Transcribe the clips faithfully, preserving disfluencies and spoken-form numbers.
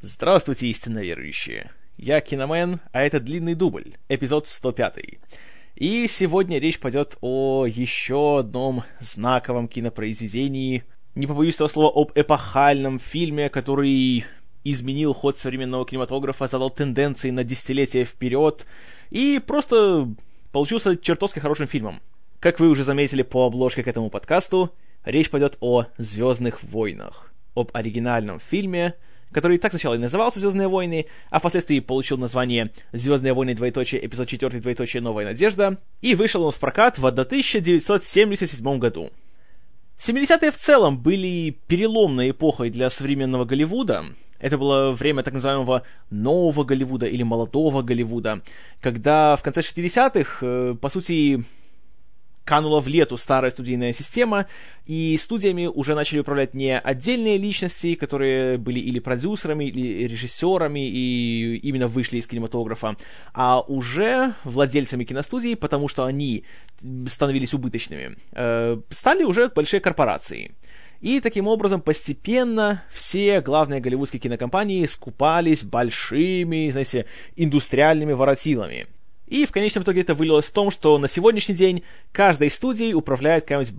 Здравствуйте, истинно верующие! Я Киномен, а это длинный дубль, эпизод сто пять. И сегодня речь пойдет о еще одном знаковом кинопроизведении, не побоюсь этого слова, об эпохальном фильме, который изменил ход современного кинематографа, задал тенденции на десятилетия вперед и просто получился чертовски хорошим фильмом. Как вы уже заметили по обложке к этому подкасту, речь пойдет о «Звездных войнах», об оригинальном фильме, который так сначала и назывался «Звездные войны», а впоследствии получил название «Звездные войны, двоеточие, эпизод четыре, двоеточие, Новая надежда», и вышел он в прокат в тысяча девятьсот семьдесят седьмом году. семидесятые в целом были переломной эпохой для современного Голливуда. Это было время так называемого нового Голливуда или молодого Голливуда, когда в конце шестидесятых, э, по сути, канула в лету старая студийная система, и студиями уже начали управлять не отдельные личности, которые были или продюсерами, или режиссерами, и именно вышли из кинематографа, а уже владельцами киностудий, потому что они становились убыточными, э, стали уже большие корпорации. И таким образом постепенно все главные голливудские кинокомпании скупались большими, знаете, индустриальными воротилами. И в конечном итоге это вылилось в том, что на сегодняшний день каждой студией управляет какая-нибудь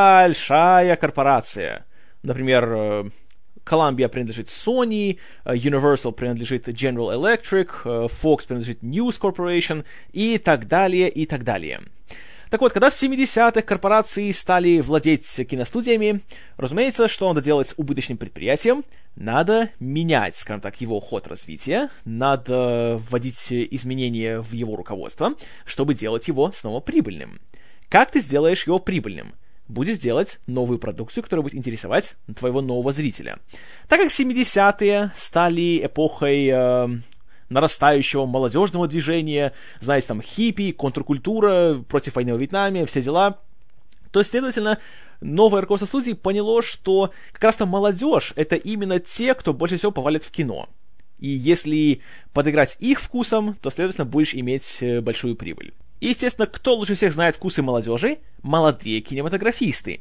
большая корпорация. Например, Columbia принадлежит Sony, Universal принадлежит General Electric, Fox принадлежит News Corporation и так далее, и так далее. Так вот, когда в семидесятых корпорации стали владеть киностудиями, разумеется, что надо делать с убыточным предприятием? Надо менять, скажем так, его ход развития, надо вводить изменения в его руководство, чтобы делать его снова прибыльным. Как ты сделаешь его прибыльным? Будешь делать новую продукцию, которая будет интересовать твоего нового зрителя. Так как семидесятые стали эпохой Э, нарастающего молодежного движения, знаете, там, хиппи, контркультура, против войны во Вьетнаме, все дела, то, следовательно, новое руководство студии поняло, что как раз-то молодежь — это именно те, кто больше всего повалит в кино. И если подыграть их вкусам, то, следовательно, будешь иметь большую прибыль. И, естественно, кто лучше всех знает вкусы молодежи? Молодые кинематографисты.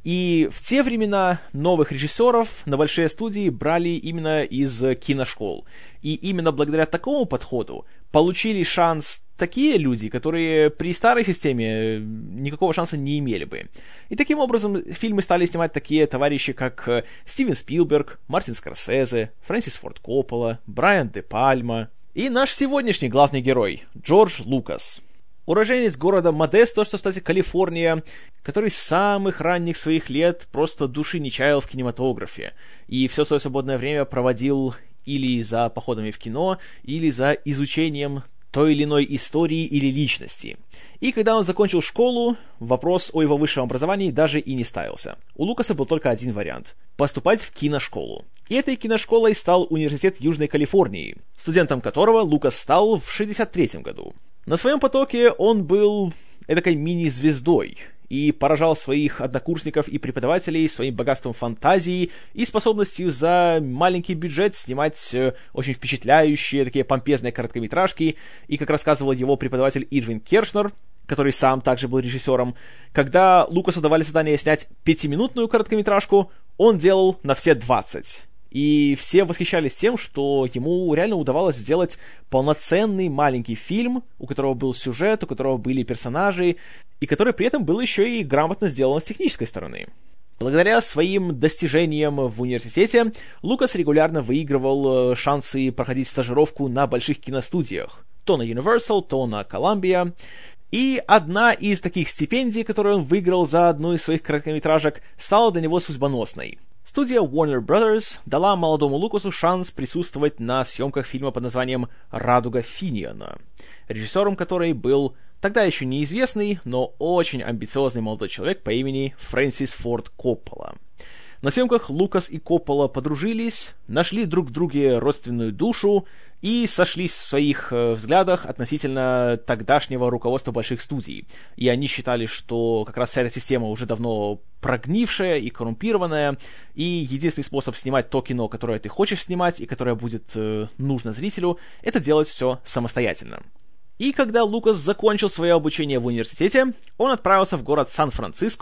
И в те времена новых режиссеров на большие студии брали именно из киношкол. И именно благодаря такому подходу получили шанс такие люди, которые при старой системе никакого шанса не имели бы. И таким образом фильмы стали снимать такие товарищи, как Стивен Спилберг, Мартин Скорсезе, Фрэнсис Форд Коппола, Брайан Де Пальма и наш сегодняшний главный герой Джордж Лукас. Уроженец города Модесто, что в штате Калифорния, который с самых ранних своих лет просто души не чаял в кинематографе и все свое свободное время проводил или за походами в кино, или за изучением той или иной истории или личности. И когда он закончил школу, вопрос о его высшем образовании даже и не ставился. У Лукаса был только один вариант – поступать в киношколу. И этой киношколой стал Университет Южной Калифорнии, студентом которого Лукас стал в шестьдесят третьем году. На своем потоке он был эдакой мини-звездой и поражал своих однокурсников и преподавателей своим богатством фантазии и способностью за маленький бюджет снимать очень впечатляющие, такие помпезные короткометражки. И, как рассказывал его преподаватель Ирвин Кершнер, который сам также был режиссером, когда Лукасу давали задание снять пятиминутную короткометражку, он делал на все двадцать. И все восхищались тем, что ему реально удавалось сделать полноценный маленький фильм, у которого был сюжет, у которого были персонажи, и который при этом был еще и грамотно сделан с технической стороны. Благодаря своим достижениям в университете, Лукас регулярно выигрывал шансы проходить стажировку на больших киностудиях. То на Universal, то на Columbia. И одна из таких стипендий, которую он выиграл за одну из своих короткометражек, стала для него судьбоносной. Студия Warner Brothers дала молодому Лукасу шанс присутствовать на съемках фильма под названием «Радуга Финиана», режиссером которой был тогда еще неизвестный, но очень амбициозный молодой человек по имени Фрэнсис Форд Коппола. На съемках Лукас и Коппола подружились, нашли друг в друге родственную душу и сошлись в своих э, взглядах относительно тогдашнего руководства больших студий. И они считали, что как раз вся эта система уже давно прогнившая и коррумпированная, и единственный способ снимать то кино, которое ты хочешь снимать и которое будет э, нужно зрителю, это делать все самостоятельно. И когда Лукас закончил свое обучение в университете, он отправился в город Сан-Франциско,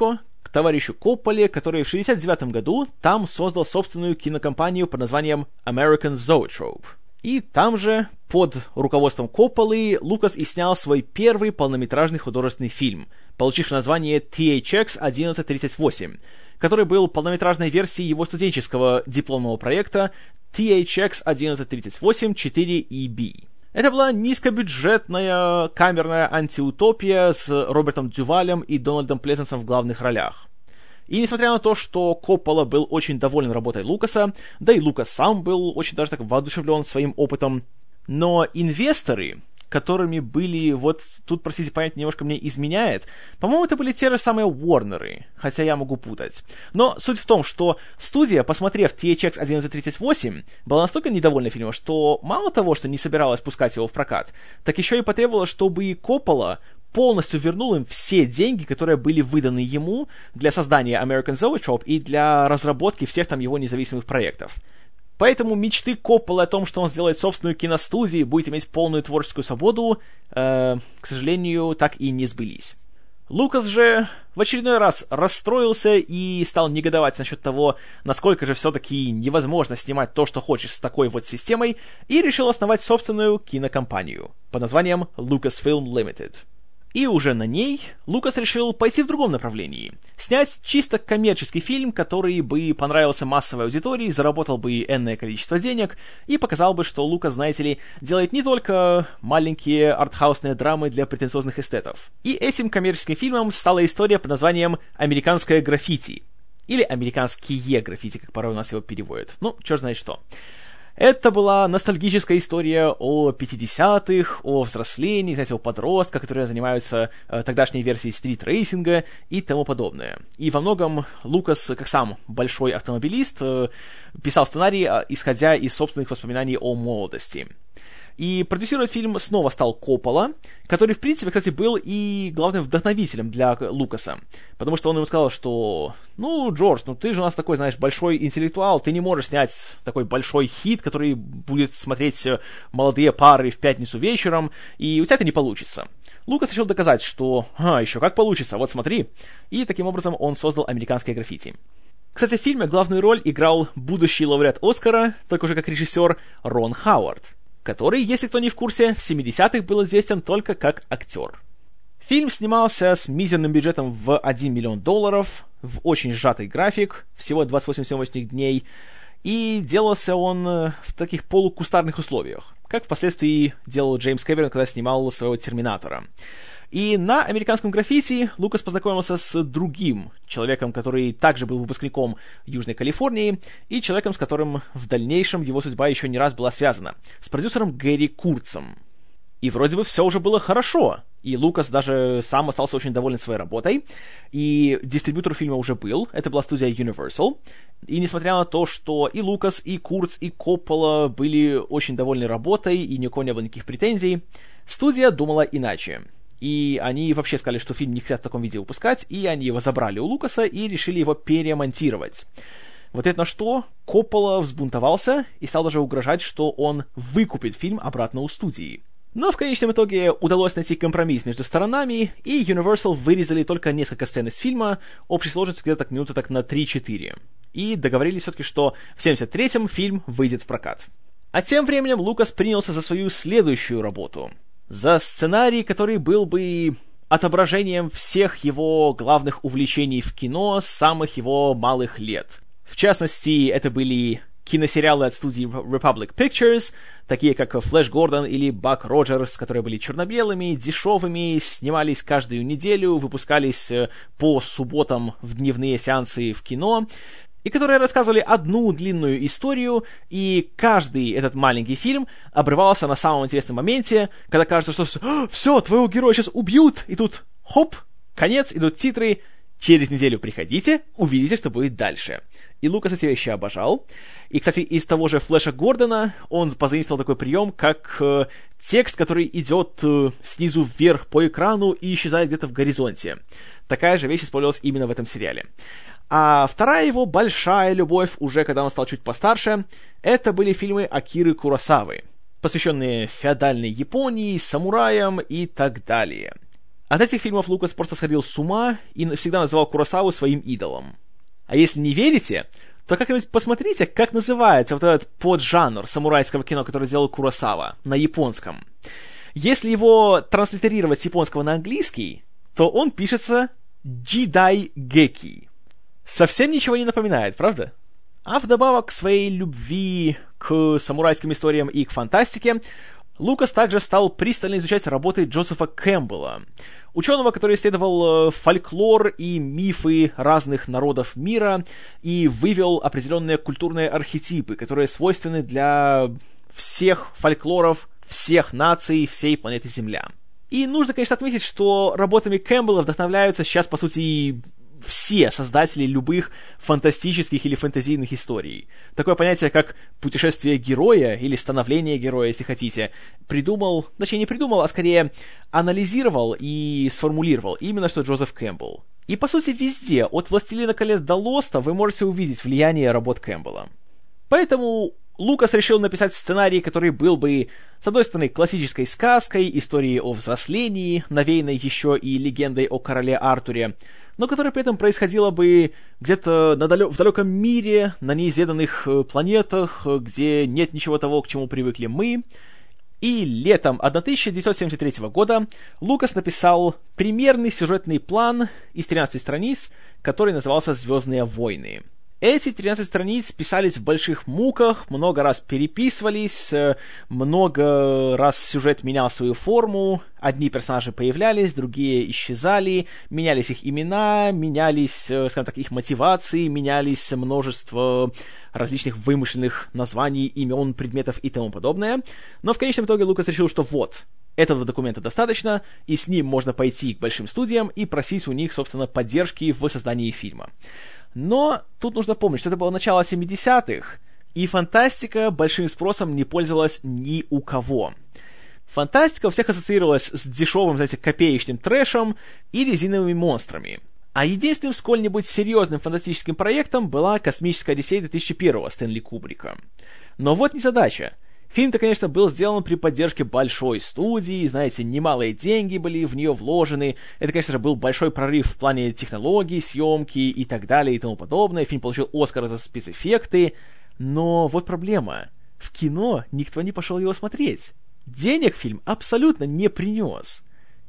к товарищу Копполе, который в шестьдесят девятом году там создал собственную кинокомпанию под названием American Zoetrope. И там же, под руководством Копполы, Лукас и снял свой первый полнометражный художественный фильм, получивший название ти эйч икс одиннадцать тридцать восемь, который был полнометражной версией его студенческого дипломного проекта ти эйч икс одиннадцать тридцать восемь четыре и би. Это была низкобюджетная камерная антиутопия с Робертом Дювалем и Дональдом Плезансом в главных ролях. И несмотря на то, что Коппола был очень доволен работой Лукаса, да и Лукас сам был очень даже так воодушевлен своим опытом, но инвесторы, которыми были, вот тут, простите, память немножко мне изменяет, по-моему, это были те же самые Уорнеры, хотя я могу путать. Но суть в том, что студия, посмотрев ти эйч икс одиннадцать тридцать восемь, была настолько недовольна фильмом, что мало того, что не собиралась пускать его в прокат, так еще и потребовала, чтобы Коппола полностью вернул им все деньги, которые были выданы ему для создания American Zoetrope и для разработки всех там его независимых проектов. Поэтому мечты Копполы о том, что он сделает собственную киностудию и будет иметь полную творческую свободу, э, к сожалению, так и не сбылись. Лукас же в очередной раз расстроился и стал негодовать насчет того, насколько же все-таки невозможно снимать то, что хочешь с такой вот системой, и решил основать собственную кинокомпанию под названием Lucasfilm Limited. И уже на ней Лукас решил пойти в другом направлении. Снять чисто коммерческий фильм, который бы понравился массовой аудитории, заработал бы энное количество денег и показал бы, что Лукас, знаете ли, делает не только маленькие артхаусные драмы для претенциозных эстетов. И этим коммерческим фильмом стала история под названием «Американское граффити». Или «Американские граффити», как порой у нас его переводят. Ну, черт знает что. Это была ностальгическая история о пятидесятых, о взрослении, знаете, о подростках, которые занимаются э, тогдашней версией стрит-рейсинга и тому подобное. И во многом Лукас, как сам большой автомобилист, э, писал сценарий, э, исходя из собственных воспоминаний о молодости. И продюсировать фильм снова стал Коппола, который, в принципе, кстати, был и главным вдохновителем для Лукаса. Потому что он ему сказал, что, ну, Джордж, ну ты же у нас такой, знаешь, большой интеллектуал, ты не можешь снять такой большой хит, который будет смотреть молодые пары в пятницу вечером, и у тебя это не получится. Лукас решил доказать, что, а, еще как получится, вот смотри. И таким образом он создал «Американское граффити». Кстати, в фильме главную роль играл будущий лауреат Оскара, только уже как режиссер, Рон Хауард, который, если кто не в курсе, в семидесятых был известен только как актер. Фильм снимался с мизерным бюджетом в один миллион долларов, в очень сжатый график, всего двадцать восемь съемочных дней, и делался он в таких полукустарных условиях, как впоследствии делал Джеймс Кэмерон, когда снимал своего «Терминатора». И на «Американском граффити» Лукас познакомился с другим человеком, который также был выпускником Южной Калифорнии, и человеком, с которым в дальнейшем его судьба еще не раз была связана, с продюсером Гэри Курцем. И вроде бы все уже было хорошо, и Лукас даже сам остался очень доволен своей работой, и дистрибьютор фильма уже был, это была студия Universal, и несмотря на то, что и Лукас, и Курц, и Коппола были очень довольны работой, и ни у кого не было никаких претензий, студия думала иначе. И они вообще сказали, что фильм не хотят в таком виде выпускать, и они его забрали у Лукаса и решили его перемонтировать. В ответ на что Коппола взбунтовался и стал даже угрожать, что он выкупит фильм обратно у студии. Но в конечном итоге удалось найти компромисс между сторонами, и Universal вырезали только несколько сцен из фильма, общей сложностью где-то так минуты так на три-четыре. И договорились все-таки, что в семьдесят третьем фильм выйдет в прокат. А тем временем Лукас принялся за свою следующую работу. За сценарий, который был бы отображением всех его главных увлечений в кино с самых его малых лет. В частности, это были киносериалы от студии Republic Pictures, такие как «Флэш Гордон» или «Бак Роджерс», которые были черно-белыми, дешевыми, снимались каждую неделю, выпускались по субботам в дневные сеансы в кино, и которые рассказывали одну длинную историю, и каждый этот маленький фильм обрывался на самом интересном моменте, когда кажется, что все, все, твоего героя сейчас убьют, и тут хоп, конец, идут титры, через неделю приходите, увидите, что будет дальше. И Лукас эти вещи обожал. И, кстати, из того же Флэша Гордона он позаимствовал такой прием, как э, текст, который идет э, снизу вверх по экрану и исчезает где-то в горизонте. Такая же вещь использовалась именно в этом сериале. А вторая его большая любовь, уже когда он стал чуть постарше, это были фильмы Акиры Куросавы, посвященные феодальной Японии, самураям и так далее. От этих фильмов Лукас просто сходил с ума и всегда называл Куросаву своим идолом. А если не верите, то как-нибудь посмотрите, как называется вот этот поджанр самурайского кино, который делал Куросава на японском. Если его транслитерировать с японского на английский, то он пишется «Джидай Геки». Совсем ничего не напоминает, правда? А вдобавок к своей любви к самурайским историям и к фантастике, Лукас также стал пристально изучать работы Джозефа Кэмпбелла, ученого, который исследовал фольклор и мифы разных народов мира и вывел определенные культурные архетипы, которые свойственны для всех фольклоров, всех наций, всей планеты Земля. И нужно, конечно, отметить, что работами Кэмпбелла вдохновляются сейчас, по сути, все создатели любых фантастических или фэнтезийных историй. Такое понятие, как путешествие героя, или становление героя, если хотите, придумал, точнее не придумал, а скорее анализировал и сформулировал именно что Джозеф Кэмпбелл. И по сути везде, от «Властелина колец» до «Лоста» вы можете увидеть влияние работ Кэмпбелла. Поэтому Лукас решил написать сценарий, который был бы, с одной стороны, классической сказкой, историей о взрослении, навеянной еще и легендой о короле Артуре, но которая при этом происходила бы где-то на далё- в далеком мире, на неизведанных планетах, где нет ничего того, к чему привыкли мы. И летом тысяча девятьсот семьдесят третьего года Лукас написал примерный сюжетный план из тринадцати страниц, который назывался «Звездные войны». Эти тринадцать страниц писались в больших муках, много раз переписывались, много раз сюжет менял свою форму, одни персонажи появлялись, другие исчезали, менялись их имена, менялись, скажем так, их мотивации, менялись множество различных вымышленных названий, имен, предметов и тому подобное. Но в конечном итоге Лукас решил, что вот, этого документа достаточно, и с ним можно пойти к большим студиям и просить у них, собственно, поддержки в создании фильма. Но тут нужно помнить, что это было начало семидесятых, и фантастика большим спросом не пользовалась ни у кого. Фантастика у всех ассоциировалась с дешевым, знаете, копеечным трэшем и резиновыми монстрами. А единственным сколь-нибудь серьезным фантастическим проектом была «Космическая Одиссея» две тысячи первого Стэнли Кубрика. Но вот незадача. Фильм-то, конечно, был сделан при поддержке большой студии, знаете, немалые деньги были в нее вложены. Это, конечно же, был большой прорыв в плане технологий, съемки и так далее и тому подобное. Фильм получил Оскар за спецэффекты. Но вот проблема. В кино никто не пошел его смотреть. Денег фильм абсолютно не принес.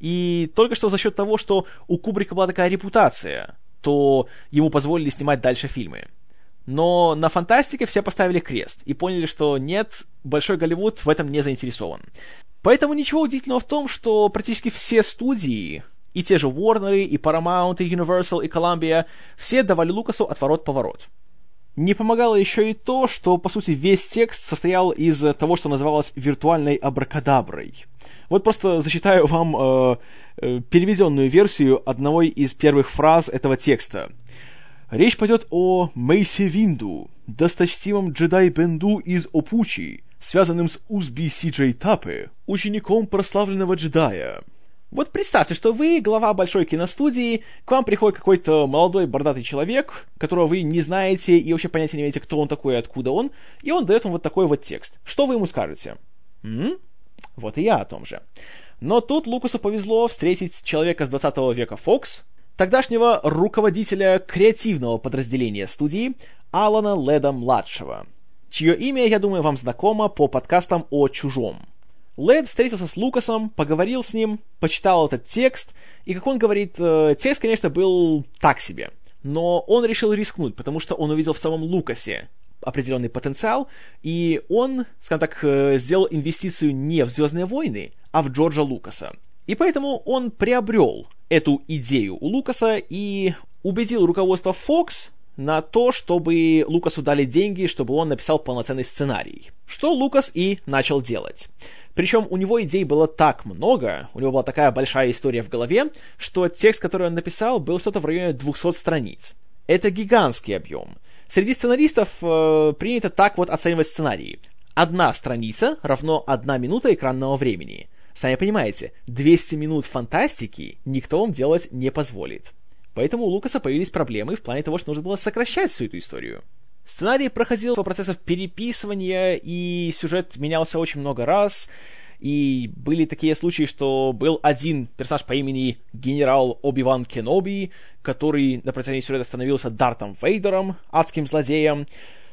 И только что за счет того, что у Кубрика была такая репутация, то ему позволили снимать дальше фильмы. Но на фантастике все поставили крест и поняли, что нет, Большой Голливуд в этом не заинтересован. Поэтому ничего удивительного в том, что практически все студии, и те же Warner, и Paramount, и Universal, и Columbia, все давали Лукасу отворот-поворот. Не помогало еще и то, что, по сути, весь текст состоял из того, что называлось виртуальной абракадаброй. Вот просто зачитаю вам э, э, переведенную версию одной из первых фраз этого текста. Речь пойдет о Мейсе Винду, досточтимом джедай-бенду из Опучи, связанным с Узби Си-Джей Тапе, учеником прославленного джедая. Вот представьте, что вы глава большой киностудии, к вам приходит какой-то молодой бородатый человек, которого вы не знаете и вообще понятия не имеете, кто он такой и откуда он, и он дает вам вот такой вот текст. Что вы ему скажете? М? Вот и я о том же. Но тут Лукасу повезло встретить человека с двадцатого века Fox, тогдашнего руководителя креативного подразделения студии Алана Леда-младшего, чье имя, я думаю, вам знакомо по подкастам о «Чужом». Лед встретился с Лукасом, поговорил с ним, почитал этот текст, и, как он говорит, текст, конечно, был так себе, но он решил рискнуть, потому что он увидел в самом Лукасе определенный потенциал, и он, скажем так, сделал инвестицию не в «Звездные войны», а в Джорджа Лукаса. И поэтому он приобрел эту идею у Лукаса и убедил руководство Fox на то, чтобы Лукасу дали деньги, чтобы он написал полноценный сценарий. Что Лукас и начал делать. Причем у него идей было так много, у него была такая большая история в голове, что текст, который он написал, был что-то в районе двухсот страниц. Это гигантский объем. Среди сценаристов э, принято так вот оценивать сценарии. Одна страница равно одна минута экранного времени. Сами понимаете, двести минут фантастики никто вам делать не позволит. Поэтому у Лукаса появились проблемы в плане того, что нужно было сокращать всю эту историю. Сценарий проходил по процессам переписывания, и сюжет менялся очень много раз. И были такие случаи, что был один персонаж по имени генерал Оби-Ван Кеноби, который на протяжении сюжета становился Дартом Вейдером, адским злодеем,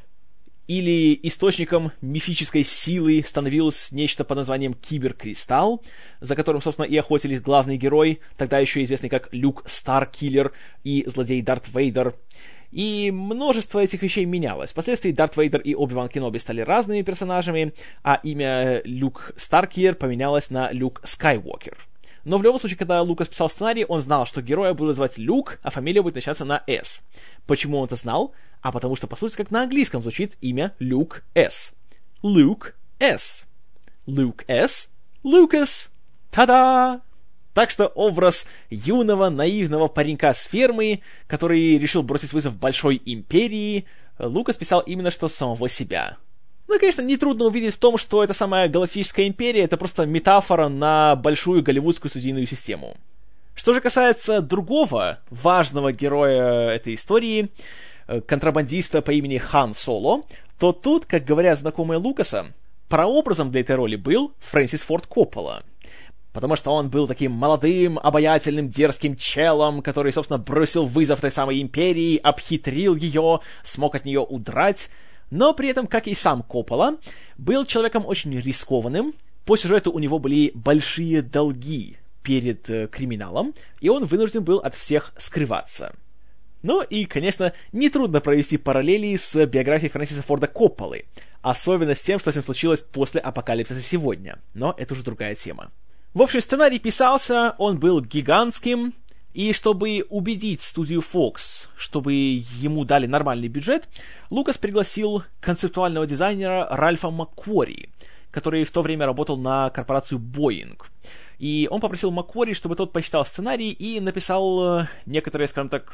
или источником мифической силы становилось нечто под названием Киберкристалл, за которым, собственно, и охотились главный герой, тогда еще известный как Люк Старкиллер и злодей Дарт Вейдер. И множество этих вещей менялось. Впоследствии Дарт Вейдер и Оби-Ван Кеноби стали разными персонажами, а имя Люк Старкиллер поменялось на Люк Скайуокер. Но в любом случае, когда Лукас писал сценарий, он знал, что героя будут звать Люк, а фамилия будет начинаться на «С». Почему он это знал? А потому что, по сути, как на английском звучит имя Люк С. Люк С. Люк С. Лукас. Та-да! Так что образ юного, наивного паренька с фермы, который решил бросить вызов большой империи, Лукас писал именно что самого себя. Ну и, конечно, нетрудно увидеть в том, что эта самая Галактическая империя — это просто метафора на большую голливудскую студийную систему. Что же касается другого важного героя этой истории, контрабандиста по имени Хан Соло, то тут, как говорят знакомые Лукаса, прообразом для этой роли был Фрэнсис Форд Коппола. Потому что он был таким молодым, обаятельным, дерзким челом, который, собственно, бросил вызов той самой империи, обхитрил ее, смог от нее удрать, но при этом, как и сам Коппола, был человеком очень рискованным. По сюжету у него были большие долги перед э, криминалом, и он вынужден был от всех скрываться. Ну и, конечно, нетрудно провести параллели с биографией Фрэнсиса Форда Копполы, особенно с тем, что с ним случилось после апокалипсиса сегодня, но это уже другая тема. В общем, сценарий писался, он был гигантским, и чтобы убедить студию Fox, чтобы ему дали нормальный бюджет, Лукас пригласил концептуального дизайнера Ральфа Маккуори, который в то время работал на корпорацию Boeing. И он попросил Маккуори, чтобы тот почитал сценарий и написал некоторые, скажем так,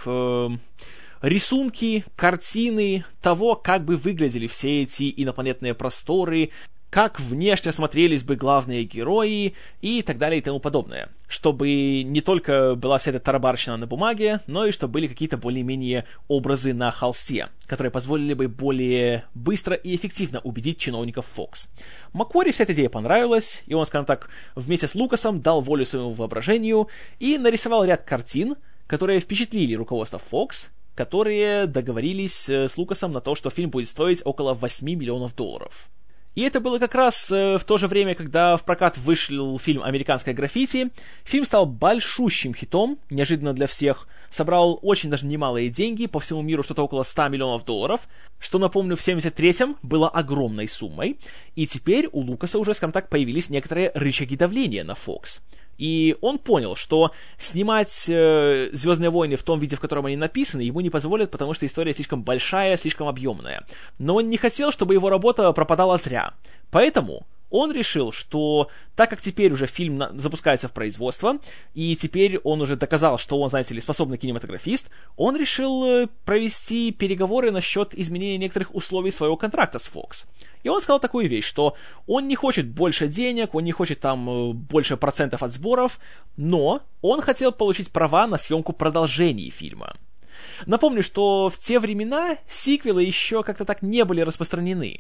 рисунки, картины того, как бы выглядели все эти инопланетные просторы, как внешне смотрелись бы главные герои и так далее и тому подобное. Чтобы не только была вся эта тарабарщина на бумаге, но и чтобы были какие-то более-менее образы на холсте, которые позволили бы более быстро и эффективно убедить чиновников Fox. Маккуори вся эта идея понравилась, и он, скажем так, вместе с Лукасом дал волю своему воображению и нарисовал ряд картин, которые впечатлили руководство Fox, которые договорились с Лукасом на то, что фильм будет стоить около восемь миллионов долларов. И это было как раз э, в то же время, когда в прокат вышел фильм «Американское граффити». Фильм стал большущим хитом, неожиданно для всех, собрал очень даже немалые деньги, по всему миру что-то около ста миллионов долларов, что, напомню, в семьдесят третьем было огромной суммой, и теперь у Лукаса уже, скажем так, появились некоторые рычаги давления на Fox. И он понял, что снимать э, «Звездные войны» в том виде, в котором они написаны, ему не позволят, потому что история слишком большая, слишком объемная. Но он не хотел, чтобы его работа пропадала зря. Поэтому он решил, что так как теперь уже фильм на- запускается в производство, и теперь он уже доказал, что он, знаете ли, способный кинематографист, он решил э, провести переговоры насчет изменения некоторых условий своего контракта с Fox. И он сказал такую вещь, что он не хочет больше денег, он не хочет там э, больше процентов от сборов, но он хотел получить права на съемку продолжений фильма. Напомню, что в те времена сиквелы еще как-то так не были распространены,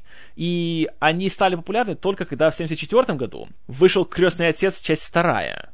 и они стали популярны только когда в семьдесят четвёртом году вышел «Крестный отец. Часть вторая».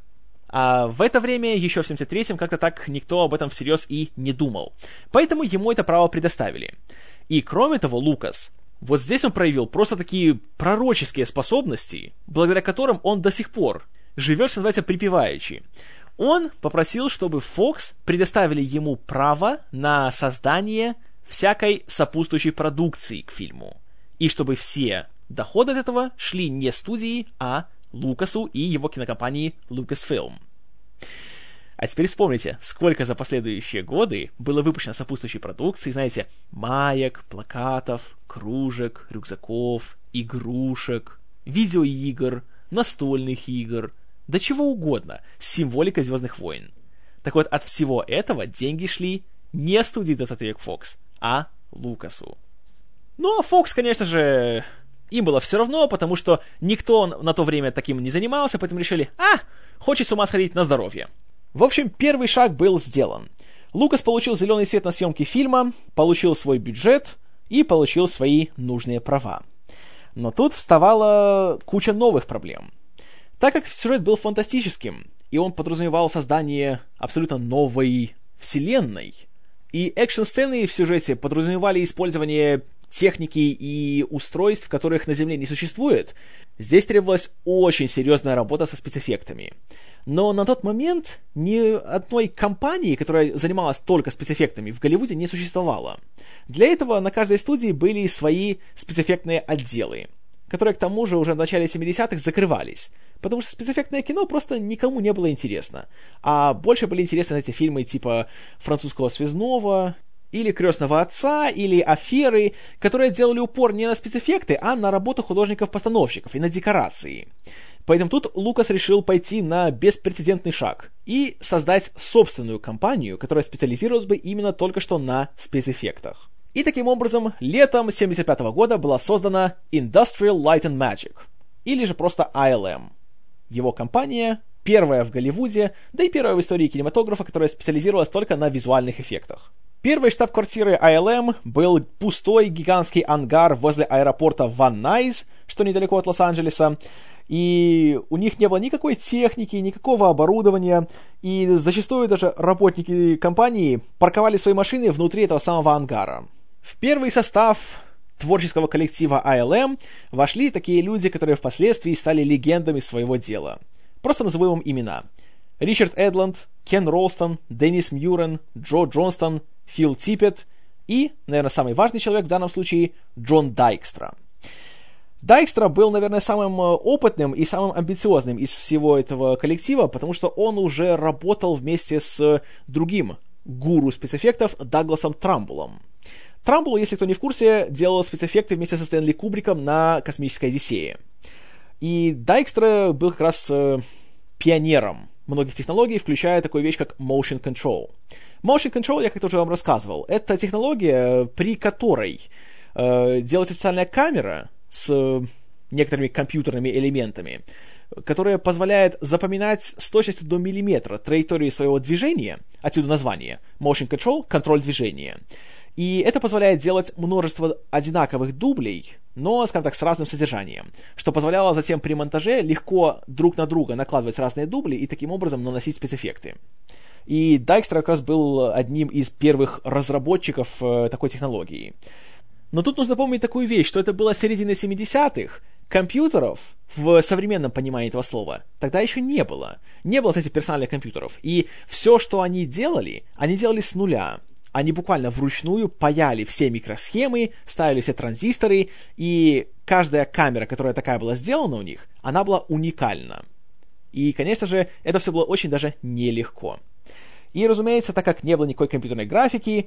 А в это время, еще в семьдесят третьем, как-то так никто об этом всерьез и не думал. Поэтому ему это право предоставили. И кроме того, Лукас, вот здесь он проявил просто такие пророческие способности, благодаря которым он до сих пор живет, что называется, припеваючи. Он попросил, чтобы Fox предоставили ему право на создание всякой сопутствующей продукции к фильму. И чтобы все доходы от этого шли не студии, а Лукасу и его кинокомпании Lucasfilm. А теперь вспомните, сколько за последующие годы было выпущено сопутствующей продукции, знаете, маек, плакатов, кружек, рюкзаков, игрушек, видеоигр, настольных игр, да чего угодно, с символикой «Звездных войн». Так вот, от всего этого деньги шли не студии двадцать век Fox, а Лукасу. Ну, а Fox, конечно же, им было все равно, потому что никто на то время таким не занимался, поэтому решили, а, хочет с ума сходить на здоровье. В общем, первый шаг был сделан. Лукас получил зеленый свет на съемки фильма, получил свой бюджет и получил свои нужные права. Но тут вставала куча новых проблем. Так как сюжет был фантастическим, и он подразумевал создание абсолютно новой вселенной, и экшн-сцены в сюжете подразумевали использование техники и устройств, которых на Земле не существует, здесь требовалась очень серьезная работа со спецэффектами. Но на тот момент ни одной компании, которая занималась только спецэффектами, в Голливуде не существовало. Для этого на каждой студии были свои спецэффектные отделы, которые, к тому же, уже в начале семидесятых закрывались, потому что спецэффектное кино просто никому не было интересно. А больше были интересны эти фильмы типа «Французского связного», или «Крестного отца», или «Аферы», которые делали упор не на спецэффекты, а на работу художников-постановщиков и на декорации. Поэтому тут Лукас решил пойти на беспрецедентный шаг и создать собственную компанию, которая специализировалась бы именно только что на спецэффектах. И таким образом, летом семьдесят пятого года была создана Industrial Light and Magic, или же просто ай эл эм. Его компания, первая в Голливуде, да и первая в истории кинематографа, которая специализировалась только на визуальных эффектах. Первой штаб-квартирой ай эл эм был пустой гигантский ангар возле аэропорта Ван Найз, что недалеко от Лос-Анджелеса, и у них не было никакой техники, никакого оборудования, и зачастую даже работники компании парковали свои машины внутри этого самого ангара. В первый состав творческого коллектива ай эл эм вошли такие люди, которые впоследствии стали легендами своего дела. Просто назову им имена. Ричард Эдланд, Кен Ролстон, Деннис Мьюррен, Джо Джонстон, Фил Типпет и, наверное, самый важный человек в данном случае, Джон Дайкстра. Дайкстра был, наверное, самым опытным и самым амбициозным из всего этого коллектива, потому что он уже работал вместе с другим гуру спецэффектов Дагласом Трамбулом. Трамбул, если кто не в курсе, делал спецэффекты вместе со Стэнли Кубриком на «Космической Одиссее». И Дайкстра был как раз э, пионером многих технологий, включая такую вещь, как motion control. Motion control, я как-то уже вам рассказывал, это технология, при которой э, делается специальная камера с некоторыми компьютерными элементами, которая позволяет запоминать с точностью до миллиметра траекторию своего движения, отсюда название motion control, контроль движения. И это позволяет делать множество одинаковых дублей, но, скажем так, с разным содержанием, что позволяло затем при монтаже легко друг на друга накладывать разные дубли и таким образом наносить спецэффекты. И Дайкстра как раз был одним из первых разработчиков э, такой технологии. Но тут нужно помнить такую вещь, что это было середина семидесятых, компьютеров, в современном понимании этого слова, тогда еще не было. Не было, кстати, персональных компьютеров. И все, что они делали, они делали с нуля. Они буквально вручную паяли все микросхемы, ставили все транзисторы, и каждая камера, которая такая была сделана у них, она была уникальна. И, конечно же, это все было очень даже нелегко. И, разумеется, так как не было никакой компьютерной графики,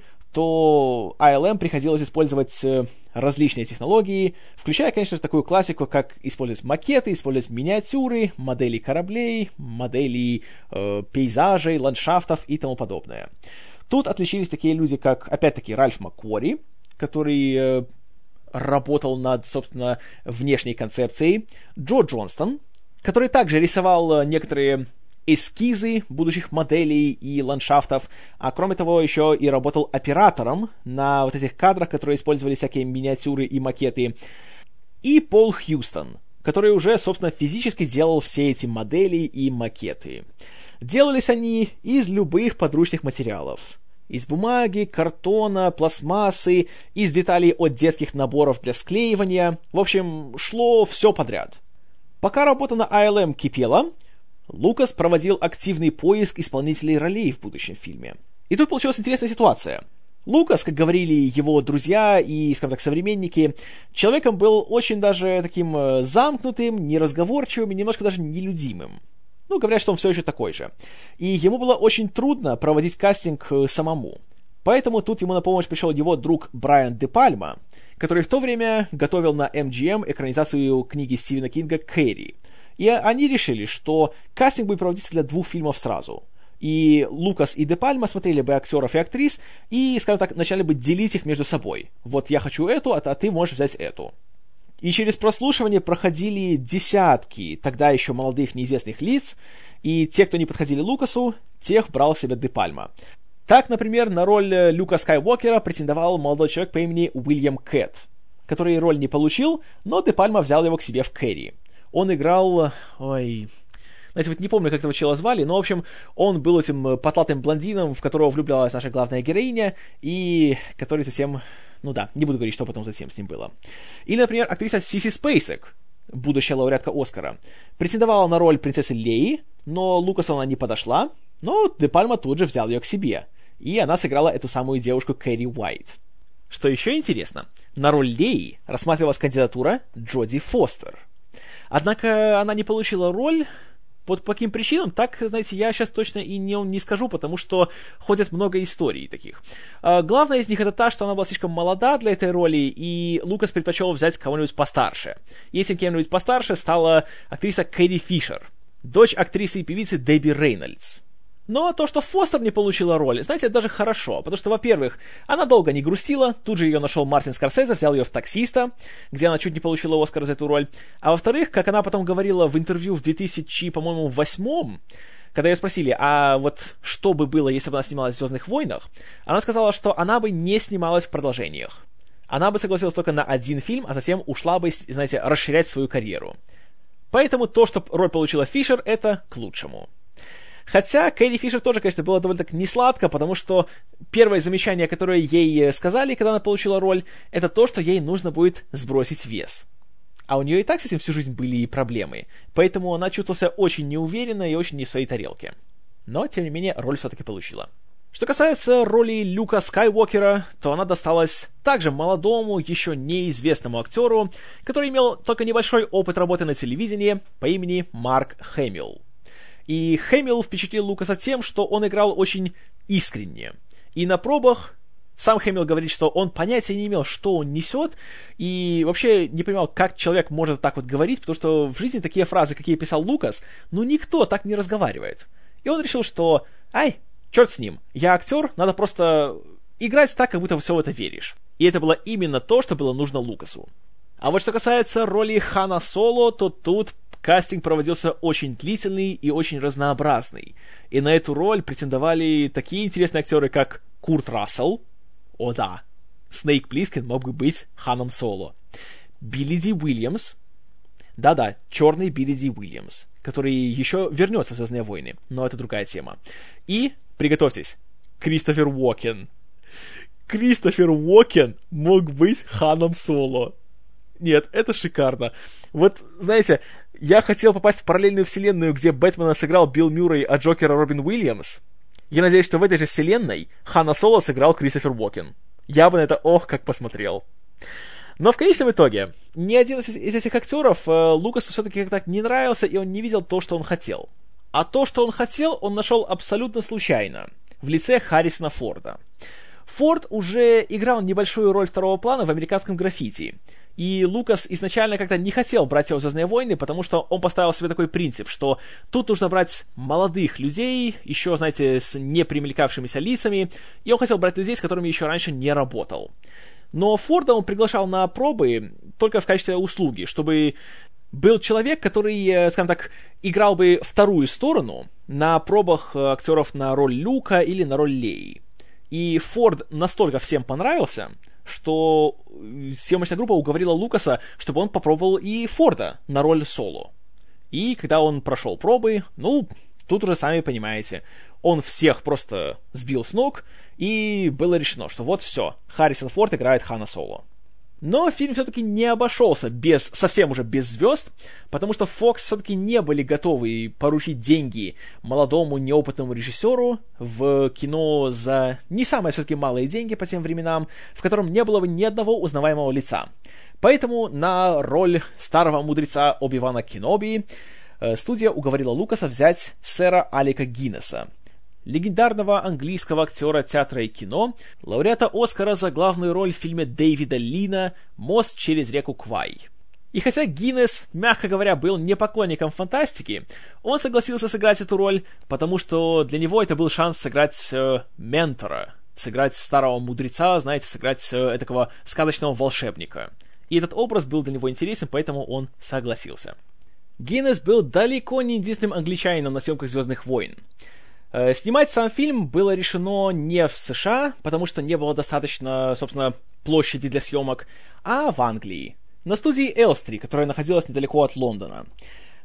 то ай эл эм приходилось использовать различные технологии, включая, конечно же, такую классику, как использовать макеты, использовать миниатюры, модели кораблей, модели э, пейзажей, ландшафтов и тому подобное. Тут отличились такие люди, как, опять-таки, Ральф Маккуори, который э, работал над, собственно, внешней концепцией, Джо Джонстон, который также рисовал некоторые эскизы будущих моделей и ландшафтов, а кроме того еще и работал оператором на вот этих кадрах, которые использовали всякие миниатюры и макеты, и Пол Хьюстон, который уже, собственно, физически делал все эти модели и макеты. Делались они из любых подручных материалов. Из бумаги, картона, пластмассы, из деталей от детских наборов для склеивания. В общем, шло все подряд. Пока работа на ай эл эм кипела, Лукас проводил активный поиск исполнителей ролей в будущем фильме. И тут получилась интересная ситуация. Лукас, как говорили его друзья и, скажем так, современники, человеком был очень даже таким замкнутым, неразговорчивым и немножко даже нелюдимым. Ну, говорят, что он все еще такой же. И ему было очень трудно проводить кастинг самому. Поэтому тут ему на помощь пришел его друг Брайан Де Пальма, который в то время готовил на эм джи эм экранизацию книги Стивена Кинга «Кэрри». И они решили, что кастинг будет проводиться для двух фильмов сразу. И Лукас и Де Пальма смотрели бы актеров и актрис и, скажем так, начали бы делить их между собой. Вот я хочу эту, а ты можешь взять эту. И через прослушивание проходили десятки тогда еще молодых неизвестных лиц, и те, кто не подходили Лукасу, тех брал в себя Де Пальма. Так, например, на роль Люка Скайуокера претендовал молодой человек по имени Уильям Кэт, который роль не получил, но Де Пальма взял его к себе в «Кэрри». Он играл... Ой... Знаете, вот не помню, как этого чела звали, но, в общем, он был этим потлатым блондином, в которого влюблялась наша главная героиня, и который совсем... Ну да, не буду говорить, что потом затем с ним было. Или, например, актриса Сиси Спейсек, будущая лауреатка Оскара, претендовала на роль принцессы Леи, но Лукасу она не подошла, но Де Пальма тут же взял ее к себе, и она сыграла эту самую девушку Кэрри Уайт. Что еще интересно, на роль Леи рассматривалась кандидатура Джоди Фостер. Однако она не получила роль... Вот по каким причинам, так, знаете, я сейчас точно и не, не скажу, потому что ходят много историй таких. А, главная из них это та, что она была слишком молода для этой роли, и Лукас предпочел взять кого-нибудь постарше. И этим кем-нибудь постарше стала актриса Кэрри Фишер, дочь актрисы и певицы Дебби Рейнольдс. Но то, что Фостер не получила роль, знаете, это даже хорошо, потому что, во-первых, она долго не грустила, тут же ее нашел Мартин Скорсезе, взял ее в «Таксиста», где она чуть не получила Оскар за эту роль, а во-вторых, как она потом говорила в интервью в две тысячи восьмом, когда ее спросили, а вот что бы было, если бы она снималась в «Звездных войнах», она сказала, что она бы не снималась в продолжениях. Она бы согласилась только на один фильм, а затем ушла бы, знаете, расширять свою карьеру. Поэтому то, что роль получила Фишер, это к лучшему. Хотя Кэрри Фишер тоже, конечно, было довольно-таки несладко, потому что первое замечание, которое ей сказали, когда она получила роль, это то, что ей нужно будет сбросить вес. А у нее и так с этим всю жизнь были проблемы, поэтому она чувствовала себя очень неуверенно и очень не в своей тарелке. Но, тем не менее, роль все-таки получила. Что касается роли Люка Скайуокера, то она досталась также молодому, еще неизвестному актеру, который имел только небольшой опыт работы на телевидении по имени Марк Хэмилл. И Хэмилл впечатлил Лукаса тем, что он играл очень искренне. И на пробах сам Хэмилл говорит, что он понятия не имел, что он несет, и вообще не понимал, как человек может так вот говорить, потому что в жизни такие фразы, какие писал Лукас, ну никто так не разговаривает. И он решил, что ай, черт с ним, я актер, надо просто играть так, как будто все в это веришь. И это было именно то, что было нужно Лукасу. А вот что касается роли Хана Соло, то тут кастинг проводился очень длительный и очень разнообразный. И на эту роль претендовали такие интересные актеры, как Курт Рассел. О да, Снейк Плискин мог бы быть Ханом Соло. Билли Ди Уильямс. Да-да, черный Билли Ди Уильямс, который еще вернется в «Звездные войны», но это другая тема. И, приготовьтесь, Кристофер Уокен. Кристофер Уокен мог быть Ханом Соло. Нет, это шикарно. Вот, знаете, я хотел попасть в параллельную вселенную, где Бэтмена сыграл Билл Мюррей, а Джокера Робин Уильямс. Я надеюсь, что в этой же вселенной Хана Соло сыграл Кристофер Уокен. Я бы на это ох как посмотрел. Но в конечном итоге, ни один из этих актеров э, Лукасу все-таки как-то не нравился, и он не видел то, что он хотел. А то, что он хотел, он нашел абсолютно случайно, в лице Харрисона Форда. Форд уже играл небольшую роль второго плана в «Американском граффити», и Лукас изначально как-то не хотел брать его в «Звездные войны», потому что он поставил себе такой принцип, что тут нужно брать молодых людей, еще, знаете, с непримелькавшимися лицами, и он хотел брать людей, с которыми еще раньше не работал. Но Форда он приглашал на пробы только в качестве услуги, чтобы был человек, который, скажем так, играл бы вторую сторону на пробах актеров на роль Люка или на роль Леи. И Форд настолько всем понравился, что съемочная группа уговорила Лукаса, чтобы он попробовал и Форда на роль Соло. И когда он прошел пробы, ну, тут уже сами понимаете, он всех просто сбил с ног, и было решено, что вот все, Харрисон Форд играет Хана Соло. Но фильм все-таки не обошелся без, совсем уже без звезд, потому что Fox все-таки не были готовы поручить деньги молодому неопытному режиссеру в кино за не самые все-таки малые деньги по тем временам, в котором не было бы ни одного узнаваемого лица. Поэтому на роль старого мудреца Оби-Вана Кеноби студия уговорила Лукаса взять сэра Алека Гиннеса, легендарного английского актера театра и кино, лауреата Оскара за главную роль в фильме Дэвида Лина «Мост через реку Квай». И хотя Гиннес, мягко говоря, был не поклонником фантастики, он согласился сыграть эту роль, потому что для него это был шанс сыграть э, ментора, сыграть старого мудреца, знаете, сыграть э, такого сказочного волшебника. И этот образ был для него интересен, поэтому он согласился. Гиннес был далеко не единственным англичанином на съемках «Звездных войн». Снимать сам фильм было решено не в США, потому что не было достаточно, собственно, площади для съемок, а в Англии, на студии Элстри, которая находилась недалеко от Лондона.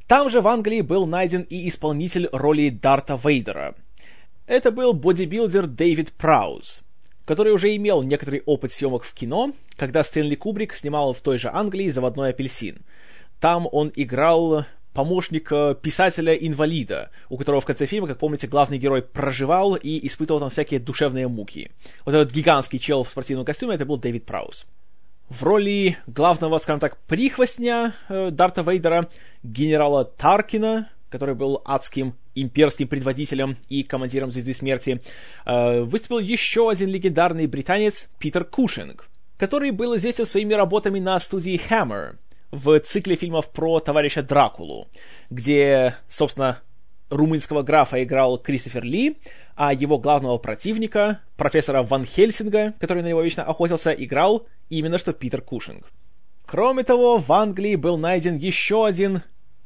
Там же в Англии был найден и исполнитель роли Дарта Вейдера. Это был бодибилдер Дэвид Прауз, который уже имел некоторый опыт съемок в кино, когда Стэнли Кубрик снимал в той же Англии «Заводной апельсин». Там он играл помощника писателя-инвалида, у которого в конце фильма, как помните, главный герой проживал и испытывал там всякие душевные муки. Вот этот гигантский чел в спортивном костюме, это был Дэвид Прауз. В роли главного, скажем так, прихвостня э, Дарта Вейдера, генерала Таркина, который был адским имперским предводителем и командиром Звезды Смерти, э, выступил еще один легендарный британец Питер Кушинг, который был известен своими работами на студии Hammer в цикле фильмов про товарища Дракулу, где, собственно, румынского графа играл Кристофер Ли, а его главного противника, профессора Ван Хельсинга, который на него вечно охотился, играл именно что Питер Кушинг. Кроме того, в Англии был найден еще один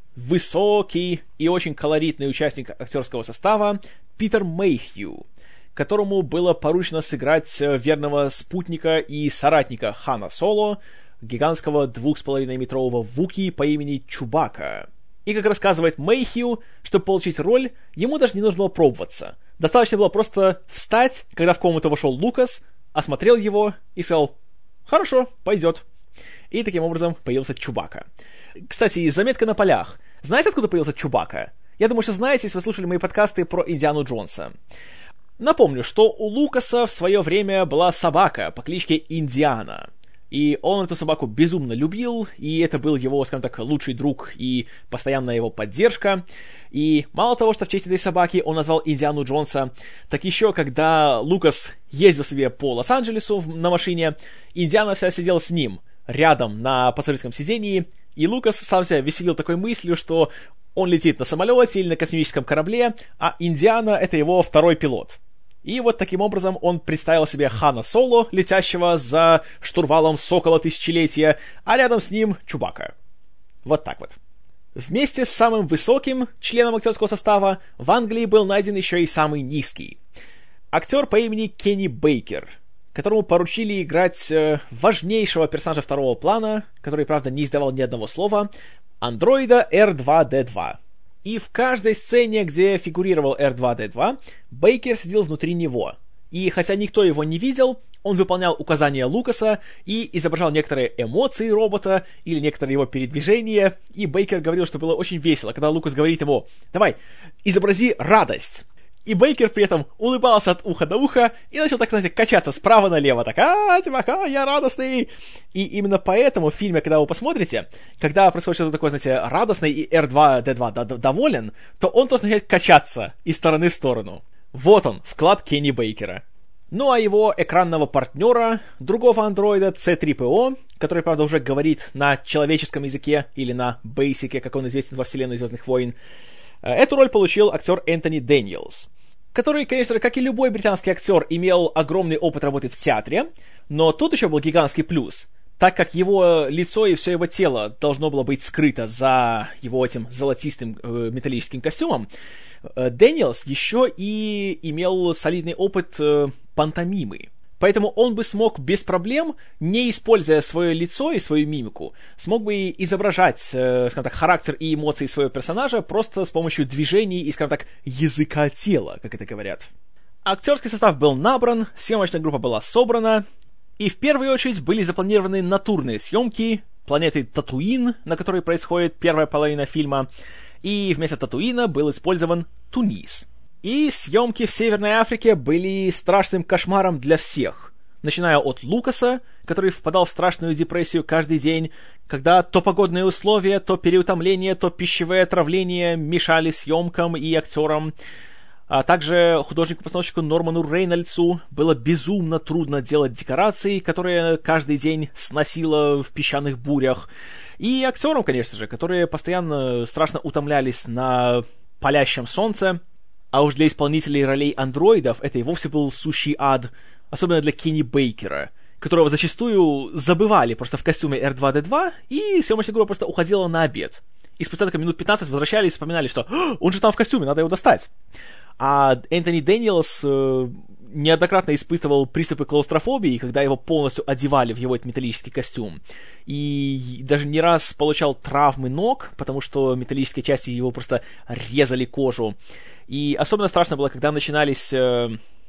высокий и очень колоритный участник актерского состава Питер Мэйхью, которому было поручено сыграть верного спутника и соратника Хана Соло, гигантского двух с половиной метрового Вуки по имени Чубака. И, как рассказывает Мэйхью, чтобы получить роль, ему даже не нужно было пробоваться. Достаточно было просто встать, когда в комнату вошел Лукас, осмотрел его и сказал: «Хорошо, пойдет». И таким образом появился Чубака. Кстати, заметка на полях. Знаете, откуда появился Чубака? Я думаю, что знаете, если вы слушали мои подкасты про Индиану Джонса. Напомню, что у Лукаса в свое время была собака по кличке Индиана. И он эту собаку безумно любил, и это был его, скажем так, лучший друг и постоянная его поддержка. И мало того, что в честь этой собаки он назвал Индиану Джонса, так еще, когда Лукас ездил себе по Лос-Анджелесу на машине, Индиана вся сидела с ним, рядом на пассажирском сидении, и Лукас сам себя веселил такой мыслью, что он летит на самолете или на космическом корабле, а Индиана — это его второй пилот. И вот таким образом он представил себе Хана Соло, летящего за штурвалом Сокола Тысячелетия, а рядом с ним Чубака. Вот так вот. Вместе с самым высоким членом актерского состава в Англии был найден еще и самый низкий. Актер по имени Кенни Бейкер, которому поручили играть э, важнейшего персонажа второго плана, который, правда, не издавал ни одного слова, андроида эр два дэ два. И в каждой сцене, где фигурировал эр два дэ два, Бейкер сидел внутри него. И хотя никто его не видел, он выполнял указания Лукаса и изображал некоторые эмоции робота или некоторые его передвижения. И Бейкер говорил, что было очень весело, когда Лукас говорит ему: «Давай, изобрази радость». И Бейкер при этом улыбался от уха до уха и начал, так знаете, качаться справа налево, так: «А, Тимаха, я радостный!» И именно поэтому в фильме, когда вы посмотрите, когда происходит что-то такое, знаете, радостное, и эр два дэ два доволен, то он тоже начинает качаться из стороны в сторону. Вот он, вклад Кенни Бейкера. Ну а его экранного партнера, другого андроида си три пи о, который, правда, уже говорит на человеческом языке или на бейсике, как он известен во вселенной «Звездных войн», эту роль получил актер Энтони Дэниелс, который, конечно, как и любой британский актер, имел огромный опыт работы в театре, но тут еще был гигантский плюс, так как его лицо и все его тело должно было быть скрыто за его этим золотистым э, металлическим костюмом. Э, Дэниелс еще и имел солидный опыт э, пантомимы. Поэтому он бы смог без проблем, не используя свое лицо и свою мимику, смог бы изображать, э, скажем так, характер и эмоции своего персонажа просто с помощью движений и, скажем так, языка тела, как это говорят. Актерский состав был набран, съемочная группа была собрана, и в первую очередь были запланированы натурные съемки планеты Татуин, на которой происходит первая половина фильма, и вместо Татуина был использован Тунис. И съемки в Северной Африке были страшным кошмаром для всех, начиная от Лукаса, который впадал в страшную депрессию каждый день, когда то погодные условия, то переутомление, то пищевое отравление мешали съемкам и актерам. А также художнику-постановщику Норману Рейнольдсу было безумно трудно делать декорации, которые каждый день сносило в песчаных бурях. И актерам, конечно же, которые постоянно страшно утомлялись на палящем солнце. А уж для исполнителей ролей андроидов это и вовсе был сущий ад, особенно для Кенни Бейкера, которого зачастую забывали просто в костюме эр два дэ два, и съемочная группа просто уходила на обед. и спустя только минут пятнадцать возвращались и вспоминали, что он же там в костюме, надо его достать. А Энтони Дэниелс э, неоднократно испытывал приступы клаустрофобии, когда его полностью одевали в его этот металлический костюм. И даже не раз получал травмы ног, потому что металлические части его просто резали кожу. И особенно страшно было, когда начинались... Э,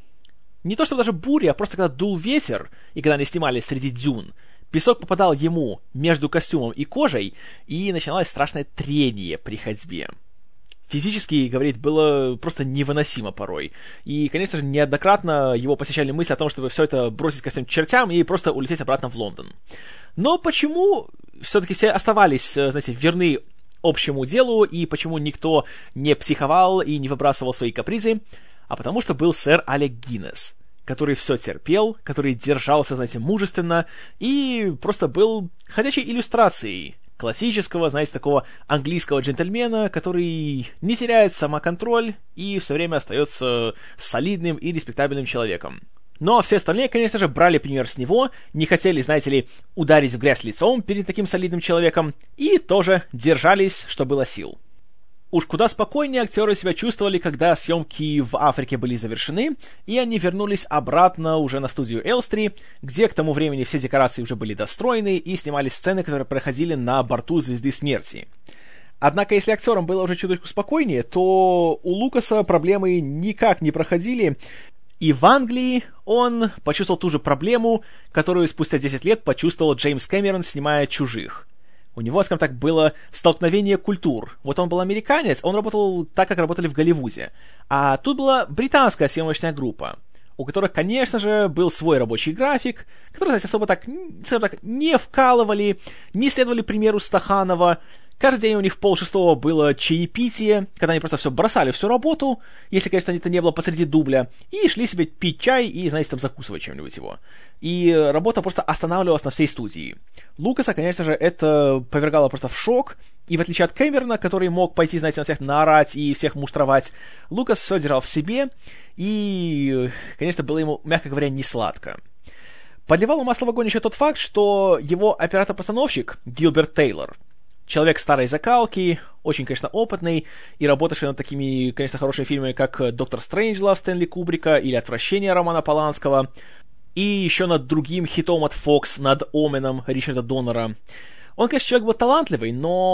не то чтобы даже бури, а просто когда дул ветер, и когда они снимались среди дюн, песок попадал ему между костюмом и кожей, и начиналось страшное трение при ходьбе. Физически, говорит, было просто невыносимо порой. И, конечно же, неоднократно его посещали мысли о том, чтобы все это бросить ко всем чертям и просто улететь обратно в Лондон. Но почему все-таки все оставались, знаете, верны общему делу, и почему никто не психовал и не выбрасывал свои капризы? А потому что был сэр Алек Гиннес, который все терпел, который держался, знаете, мужественно и просто был ходячей иллюстрацией классического, знаете, такого английского джентльмена, который не теряет самоконтроль и все время остается солидным и респектабельным человеком. Но все остальные, конечно же, брали пример с него, не хотели, знаете ли, ударить в грязь лицом перед таким солидным человеком и тоже держались, что было сил. Уж куда спокойнее актеры себя чувствовали, когда съемки в Африке были завершены, и они вернулись обратно уже на студию Элстри, где к тому времени все декорации уже были достроены и снимали сцены, которые проходили на борту Звезды Смерти. Однако, если актерам было уже чуточку спокойнее, то у Лукаса проблемы никак не проходили, и в Англии он почувствовал ту же проблему, которую спустя десять лет почувствовал Джеймс Кэмерон, снимая «Чужих». У него, скажем так, было столкновение культур. Вот он был американец, он работал так, как работали в Голливуде. А тут была британская съемочная группа, у которых, конечно же, был свой рабочий график, который, знаете, особо так, скажем так, не вкалывали, не следовали примеру Стаханова. Каждый день у них в полшестого было чаепитие, когда они просто все бросали, всю работу, если, конечно, это не было посреди дубля, и шли себе пить чай и, знаете, там закусывать чем-нибудь его. И работа просто останавливалась на всей студии. Лукаса, конечно же, это повергало просто в шок, и в отличие от Кэмерона, который мог пойти, знаете, на всех наорать и всех муштровать, Лукас все держал в себе, и, конечно, было ему, мягко говоря, не сладко. Подливало масло в огонь еще тот факт, что его оператор-постановщик Гилберт Тейлор, человек старой закалки, очень, конечно, опытный, и работавший над такими, конечно, хорошими фильмами, как «Доктор Стрэнджлав» Стэнли Кубрика или «Отвращение» Романа Поланского, и еще над другим хитом от Fox, над «Оменом» Ричарда Доннера. Он, конечно, человек был талантливый,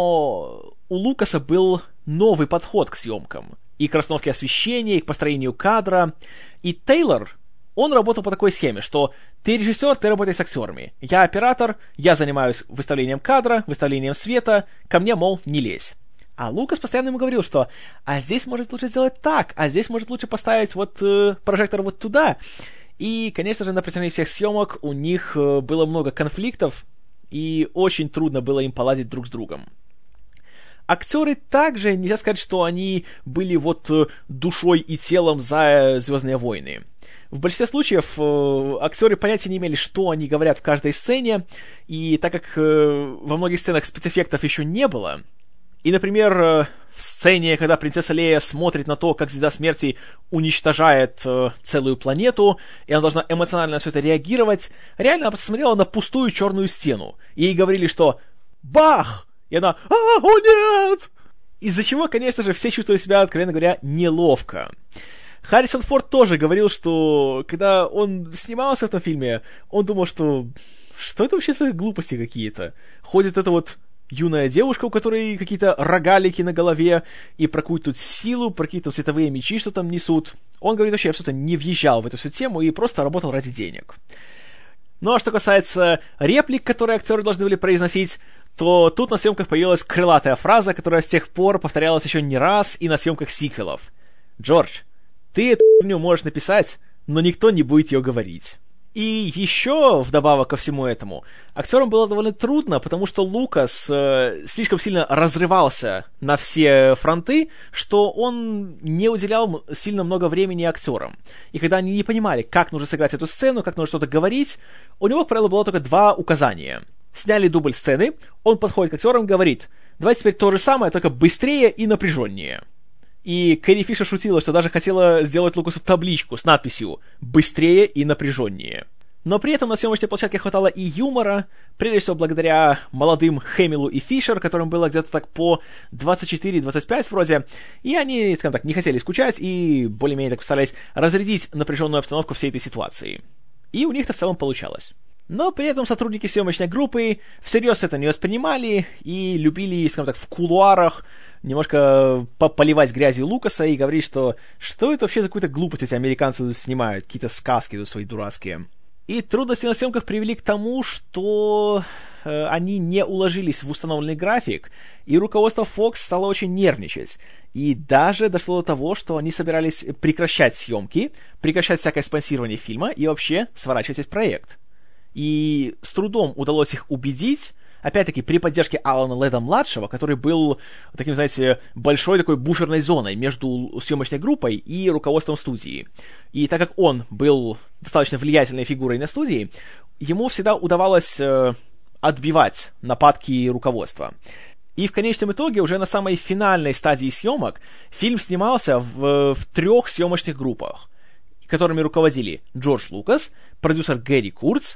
но у Лукаса был новый подход к съемкам, и к расстановке освещения, и к построению кадра, и Тейлор... Он работал по такой схеме, что ты режиссер, ты работаешь с актерами. Я оператор, я занимаюсь выставлением кадра, выставлением света, ко мне, мол, не лезь. А Лукас постоянно ему говорил, что а здесь может лучше сделать так, а здесь может лучше поставить вот э, прожектор вот туда. И, конечно же, на протяжении всех съемок у них э, было много конфликтов, и очень трудно было им поладить друг с другом. Актеры также, нельзя сказать, что они были вот э, душой и телом за «Звездные войны». В большинстве случаев э, актеры понятия не имели, что они говорят в каждой сцене, и так как э, во многих сценах спецэффектов еще не было, и, например, э, в сцене, когда принцесса Лея смотрит на то, как Звезда Смерти уничтожает э, целую планету, и она должна эмоционально на все это реагировать, реально она посмотрела на пустую черную стену, и ей говорили, что «Бах!» И она «А, о нет!» Из-за чего, конечно же, все чувствовали себя, откровенно говоря, неловко. Харрисон Форд тоже говорил, что когда он снимался в этом фильме, он думал, что что это вообще за глупости какие-то? Ходит эта вот юная девушка, у которой какие-то рогалики на голове, и про какую-то силу, про какие-то световые мечи, что там несут. Он говорит, вообще абсолютно не въезжал в эту всю тему и просто работал ради денег. Ну а что касается реплик, которые актеры должны были произносить, то тут на съемках появилась крылатая фраза, которая с тех пор повторялась еще не раз и на съемках сиквелов. «Джордж, ты эту хуйню можешь написать, но никто не будет ее говорить». И еще, вдобавок ко всему этому, актерам было довольно трудно, потому что Лукас э, слишком сильно разрывался на все фронты, что он не уделял сильно много времени актерам. И когда они не понимали, как нужно сыграть эту сцену, как нужно что-то говорить, у него, как правило, было только два указания. Сняли дубль сцены, он подходит к актерам и говорит: «Давайте теперь то же самое, только быстрее и напряженнее». И Кэрри Фишер шутила, что даже хотела сделать Лукасу табличку с надписью «Быстрее и напряженнее». Но при этом на съемочной площадке хватало и юмора, прежде всего благодаря молодым Хэмиллу и Фишер, которым было где-то так по двадцать четыре двадцать пять вроде, и они, скажем так, не хотели скучать и более-менее так постарались разрядить напряженную обстановку всей этой ситуации. И у них-то в целом получалось. Но при этом сотрудники съемочной группы всерьез это не воспринимали и любили, скажем так, в кулуарах немножко поливать грязью Лукаса и говорить, что что это вообще за какую-то глупость эти американцы снимают, какие-то сказки тут свои дурацкие. И трудности на съемках привели к тому, что э, они не уложились в установленный график, и руководство Fox стало очень нервничать. И даже дошло до того, что они собирались прекращать съемки, прекращать всякое спонсирование фильма и вообще сворачивать этот проект. И с трудом удалось их убедить, опять-таки при поддержке Алана Леда-младшего, который был таким, знаете, большой такой буферной зоной между съемочной группой и руководством студии. И так как он был достаточно влиятельной фигурой на студии, ему всегда удавалось э, отбивать нападки руководства. И в конечном итоге, уже на самой финальной стадии съемок, фильм снимался в, в трех съемочных группах, которыми руководили Джордж Лукас, продюсер Гэри Куртз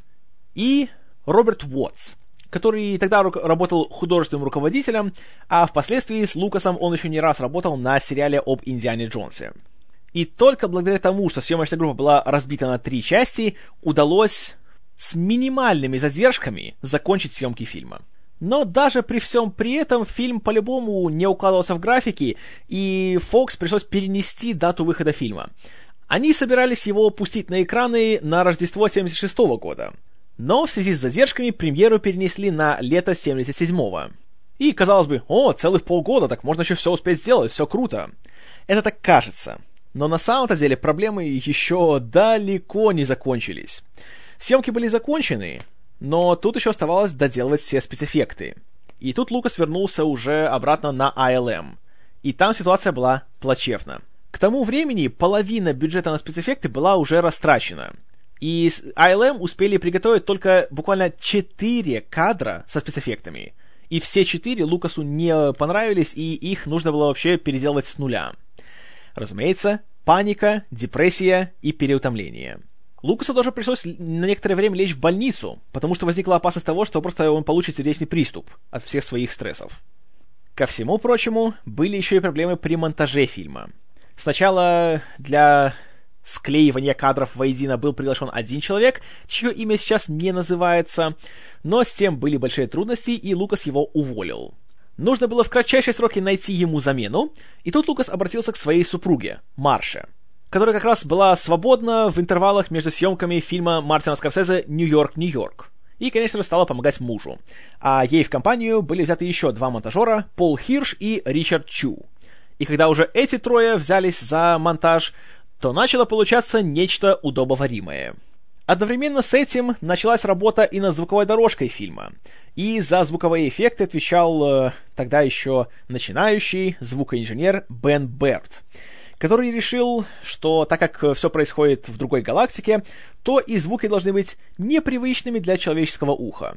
и Роберт Уотс, который тогда ру- работал художественным руководителем, а впоследствии с Лукасом он еще не раз работал на сериале об Индиане Джонсе. И только благодаря тому, что съемочная группа была разбита на три части, удалось с минимальными задержками закончить съемки фильма. Но даже при всем при этом фильм по-любому не укладывался в графики, и Fox пришлось перенести дату выхода фильма. Они собирались его пустить на экраны на Рождество семьдесят шестого года. Но в связи с задержками премьеру перенесли на лето семьдесят седьмого. И, казалось бы, о, целых полгода, так можно еще все успеть сделать, все круто. Это так кажется. Но на самом-то деле проблемы еще далеко не закончились. Съемки были закончены, но тут еще оставалось доделывать все спецэффекты. И тут Лукас вернулся уже обратно на ай эл эм. И там ситуация была плачевна. К тому времени половина бюджета на спецэффекты была уже растрачена. И ай эл эм успели приготовить только буквально четыре кадра со спецэффектами. И все четыре Лукасу не понравились, и их нужно было вообще переделывать с нуля. Разумеется, паника, депрессия и переутомление. Лукасу даже пришлось на некоторое время лечь в больницу, потому что возникла опасность того, что просто он получит сердечный приступ от всех своих стрессов. Ко всему прочему, были еще и проблемы при монтаже фильма. Сначала для склеивания кадров воедино был приглашен один человек, чье имя сейчас не называется, но с тем были большие трудности, и Лукас его уволил. Нужно было в кратчайшие сроки найти ему замену, и тут Лукас обратился к своей супруге, Марше, которая как раз была свободна в интервалах между съемками фильма Мартина Скорсезе «Нью-Йорк, Нью-Йорк». И, конечно же, стала помогать мужу. А ей в компанию были взяты еще два монтажера, Пол Хирш и Ричард Чу. И когда уже эти трое взялись за монтаж, то начало получаться нечто удобоваримое. Одновременно с этим началась работа и над звуковой дорожкой фильма. И за звуковые эффекты отвечал э, тогда еще начинающий звукоинженер Бен Берт, который решил, что так как все происходит в другой галактике, то и звуки должны быть непривычными для человеческого уха.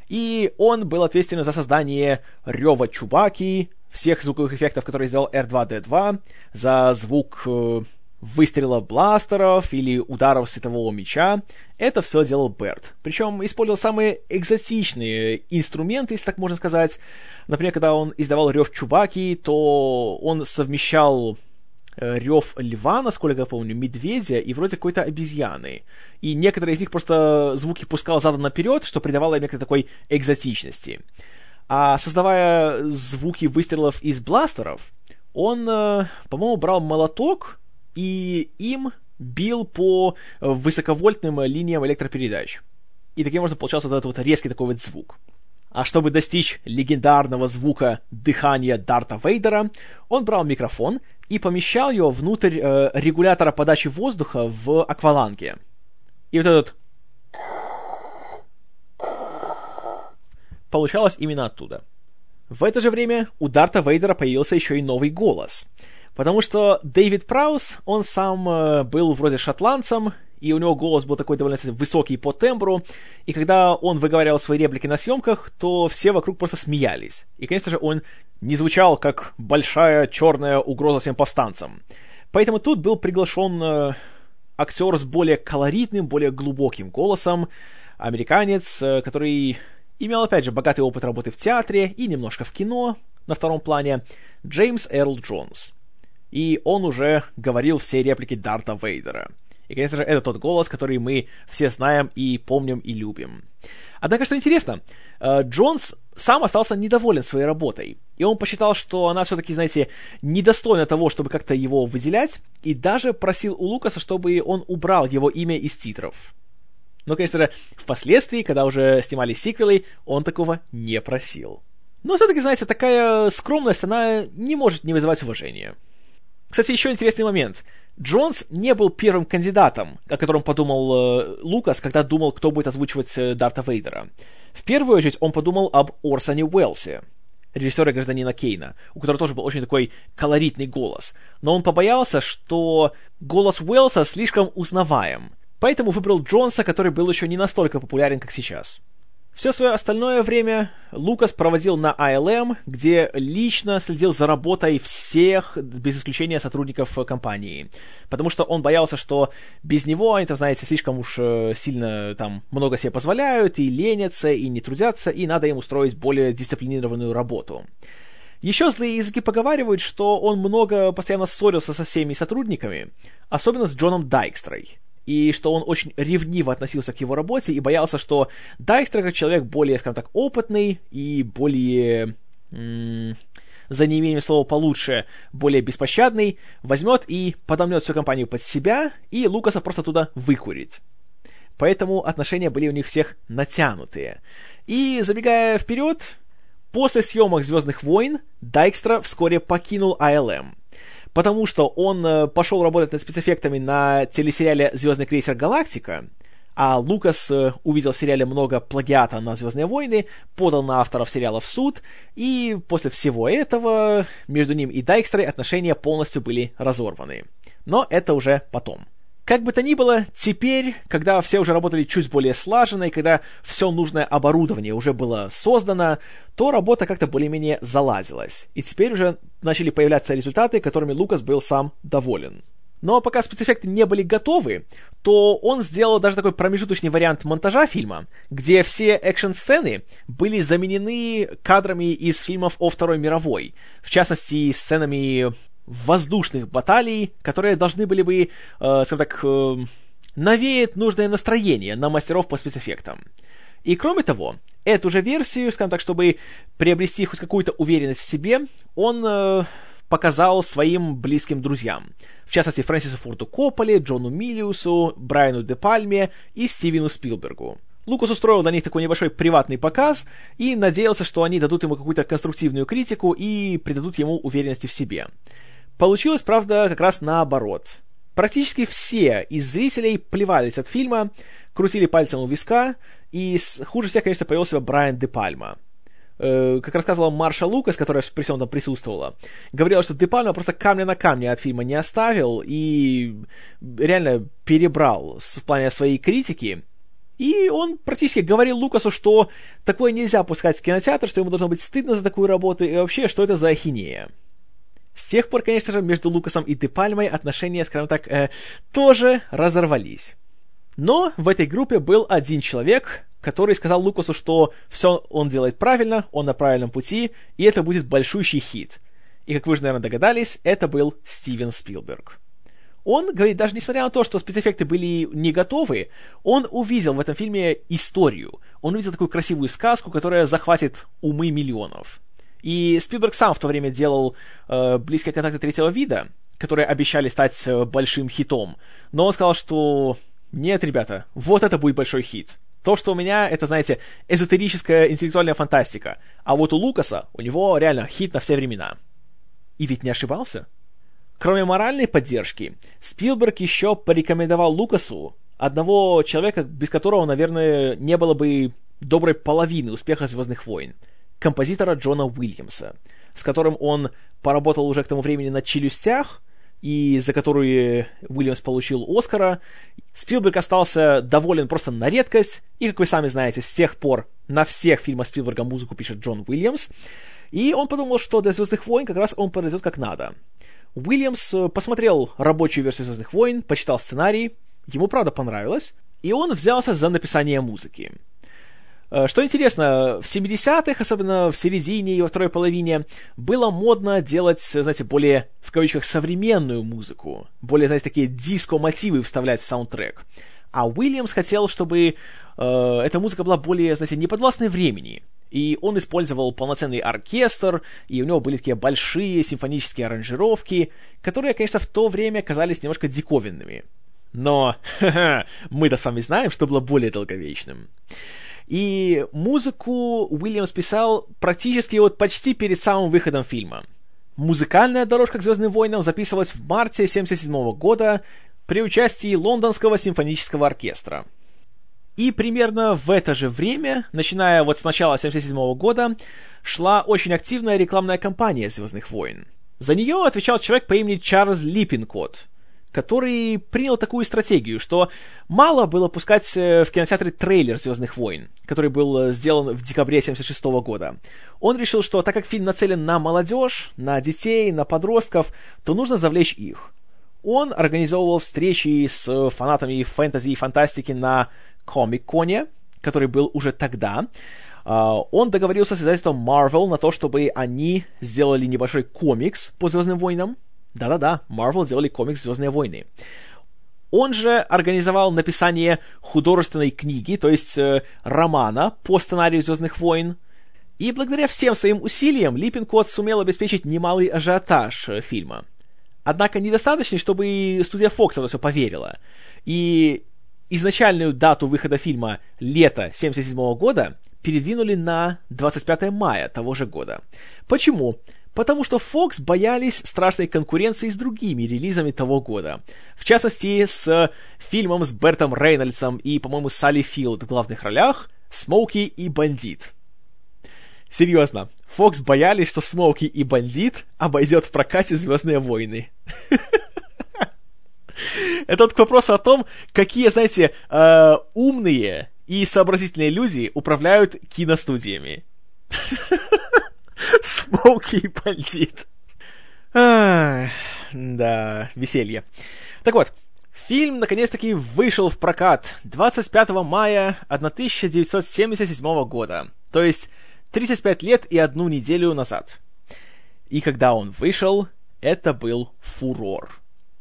И он был ответственен за создание рева Чубаки, всех звуковых эффектов, которые сделал эр два дэ два, за звук э, выстрела бластеров или ударов светового меча. Это все делал Берт. Причем использовал самые экзотичные инструменты, если так можно сказать. Например, когда он издавал рев Чубаки, то он совмещал рев льва, насколько я помню, медведя и вроде какой-то обезьяны. И некоторые из них просто звуки пускал задом наперед, что придавало им некой такой экзотичности. А создавая звуки выстрелов из бластеров, он, по-моему, брал молоток и им бил по высоковольтным линиям электропередач. И таким образом получался вот этот вот резкий такой вот звук. А чтобы достичь легендарного звука дыхания Дарта Вейдера, он брал микрофон и помещал его внутрь э, регулятора подачи воздуха в акваланге. И вот этот получалось именно оттуда. В это же время у Дарта Вейдера появился еще и новый голос. Потому что Дэвид Праус, он сам э, был вроде шотландцем, и у него голос был такой довольно высокий по тембру, и когда он выговаривал свои реплики на съемках, то все вокруг просто смеялись. И, конечно же, он не звучал как большая черная угроза всем повстанцам. Поэтому тут был приглашен э, актер с более колоритным, более глубоким голосом, американец, который имел, опять же, богатый опыт работы в театре и немножко в кино на втором плане, Джеймс Эрл Джонс. И он уже говорил все реплики Дарта Вейдера. И, конечно же, это тот голос, который мы все знаем и помним и любим. Однако, что интересно, Джонс сам остался недоволен своей работой. И он посчитал, что она все-таки, знаете, недостойна того, чтобы как-то его выделять, и даже просил у Лукаса, чтобы он убрал его имя из титров. Но, конечно же, впоследствии, когда уже снимали сиквелы, он такого не просил. Но все-таки, знаете, такая скромность, она не может не вызывать уважения. Кстати, еще интересный момент. Джонс не был первым кандидатом, о котором подумал э, Лукас, когда думал, кто будет озвучивать э, Дарта Вейдера. В первую очередь он подумал об Орсоне Уэллсе, режиссере «Гражданина Кейна», у которого тоже был очень такой колоритный голос. Но он побоялся, что голос Уэллса слишком узнаваем, поэтому выбрал Джонса, который был еще не настолько популярен, как сейчас. Все свое остальное время Лукас проводил на ай эл эм, где лично следил за работой всех, без исключения сотрудников компании. Потому что он боялся, что без него они, там, знаете, слишком уж сильно там много себе позволяют, и ленятся, и не трудятся, и надо им устроить более дисциплинированную работу. Еще злые языки поговаривают, что он много постоянно ссорился со всеми сотрудниками, особенно с Джоном Дайкстрой. И что он очень ревниво относился к его работе и боялся, что Дайкстра, как человек более, скажем так, опытный и более, м- за неимением слова получше, более беспощадный, возьмет и подомнет всю компанию под себя, и Лукаса просто туда выкурит. Поэтому отношения были у них всех натянутые. И, забегая вперед, после съемок «Звездных войн» Дайкстра вскоре покинул ай эл эм. Потому что он э, пошел работать над спецэффектами на телесериале «Звездный крейсер Галактика», а Лукас э, увидел в сериале много плагиата на «Звездные войны», подал на авторов сериала в суд, и после всего этого между ним и Дайкстрой отношения полностью были разорваны. Но это уже потом. Как бы то ни было, теперь, когда все уже работали чуть более слаженно, и когда все нужное оборудование уже было создано, то работа как-то более-менее заладилась. И теперь уже начали появляться результаты, которыми Лукас был сам доволен. Но пока спецэффекты не были готовы, то он сделал даже такой промежуточный вариант монтажа фильма, где все экшн-сцены были заменены кадрами из фильмов о Второй мировой, в частности, сценами воздушных баталий, которые должны были бы, э, скажем так, э, навеять нужное настроение на мастеров по спецэффектам. И кроме того, эту же версию, скажем так, чтобы приобрести хоть какую-то уверенность в себе, он э, показал своим близким друзьям. В частности, Фрэнсису Форду Копполе, Джону Миллиусу, Брайану Де Пальме и Стивену Спилбергу. Лукас устроил для них такой небольшой приватный показ и надеялся, что они дадут ему какую-то конструктивную критику и придадут ему уверенности в себе. Получилось, правда, как раз наоборот. Практически все из зрителей плевались от фильма, крутили пальцем у виска, и хуже всех, конечно, повел себя Брайан Де Пальма. Э, как рассказывала Марша Лукас, которая при всем там присутствовала, говорила, что Де Пальма просто камня на камне от фильма не оставил и реально перебрал в плане своей критики. И он практически говорил Лукасу, что такое нельзя пускать в кинотеатр, что ему должно быть стыдно за такую работу, и вообще, что это за ахинея. С тех пор, конечно же, между Лукасом и Де Пальмой отношения, скажем так, э, тоже разорвались. Но в этой группе был один человек, который сказал Лукасу, что все он делает правильно, он на правильном пути, и это будет большущий хит. И, как вы же, наверное, догадались, это был Стивен Спилберг. Он говорит, даже несмотря на то, что спецэффекты были не готовы, он увидел в этом фильме историю. Он увидел такую красивую сказку, которая захватит умы миллионов. И Спилберг сам в то время делал э, «Близкие контакты третьего вида», которые обещали стать э, большим хитом. Но он сказал, что нет, ребята, вот это будет большой хит. То, что у меня, это, знаете, эзотерическая интеллектуальная фантастика. А вот у Лукаса, у него реально хит на все времена. И ведь не ошибался. Кроме моральной поддержки, Спилберг еще порекомендовал Лукасу одного человека, без которого, наверное, не было бы доброй половины успеха «Звездных войн». Композитора Джона Уильямса, с которым он поработал уже к тому времени на «Челюстях», и за которые Уильямс получил Оскара. Спилберг остался доволен просто на редкость, и, как вы сами знаете, с тех пор на всех фильмах Спилберга музыку пишет Джон Уильямс, и он подумал, что для «Звездных войн» как раз он подойдет как надо. Уильямс посмотрел рабочую версию «Звездных войн», почитал сценарий, ему правда понравилось, и он взялся за написание музыки. Что интересно, в семидесятых, особенно в середине и во второй половине, было модно делать, знаете, более, в кавычках, современную музыку, более, знаете, такие диско-мотивы вставлять в саундтрек. А Уильямс хотел, чтобы э, эта музыка была более, знаете, неподвластной времени. И он использовал полноценный оркестр, и у него были такие большие симфонические аранжировки, которые, конечно, в то время казались немножко диковинными. Но мы-то с вами знаем, что было более долговечным. И музыку Уильямс писал практически вот почти перед самым выходом фильма. Музыкальная дорожка к «Звездным войнам» записывалась в марте семьдесят седьмого года при участии Лондонского симфонического оркестра. И примерно в это же время, начиная вот с начала семьдесят седьмого года, шла очень активная рекламная кампания «Звездных войн». За нее отвечал человек по имени Чарльз Липпинкотт, который принял такую стратегию, что мало было пускать в кинотеатре трейлер «Звездных войн», который был сделан в декабре семьдесят шестого года. Он решил, что так как фильм нацелен на молодежь, на детей, на подростков, то нужно завлечь их. Он организовывал встречи с фанатами фэнтези и фантастики на Комик-коне, который был уже тогда. Он договорился с издательством Marvel на то, чтобы они сделали небольшой комикс по «Звездным войнам». Да-да-да, Marvel делали комикс «Звездные войны». Он же организовал написание художественной книги, то есть э, романа по сценарию «Звездных войн». И благодаря всем своим усилиям Липпинкотт сумел обеспечить немалый ажиотаж э, фильма. Однако недостаточно, чтобы и студия Fox в это все поверила. И изначальную дату выхода фильма лето семьдесят седьмого года передвинули на двадцать пятое мая того же года. Почему? Потому что Fox боялись страшной конкуренции с другими релизами того года. В частности, с фильмом с Бертом Рейнольдсом и, по-моему, Салли Филд в главных ролях «Смоуки и бандит». Серьезно, Fox боялись, что «Смоуки и бандит» обойдет в прокате «Звездные войны». Это вот к вопросу о том, какие, знаете, умные и сообразительные люди управляют киностудиями. Смоуки и бандит. А, да, веселье. Так вот, фильм наконец-таки вышел в прокат двадцать пятого мая тысяча девятьсот семьдесят седьмого года, то есть тридцать пять лет и одну неделю назад. И когда он вышел, это был фурор.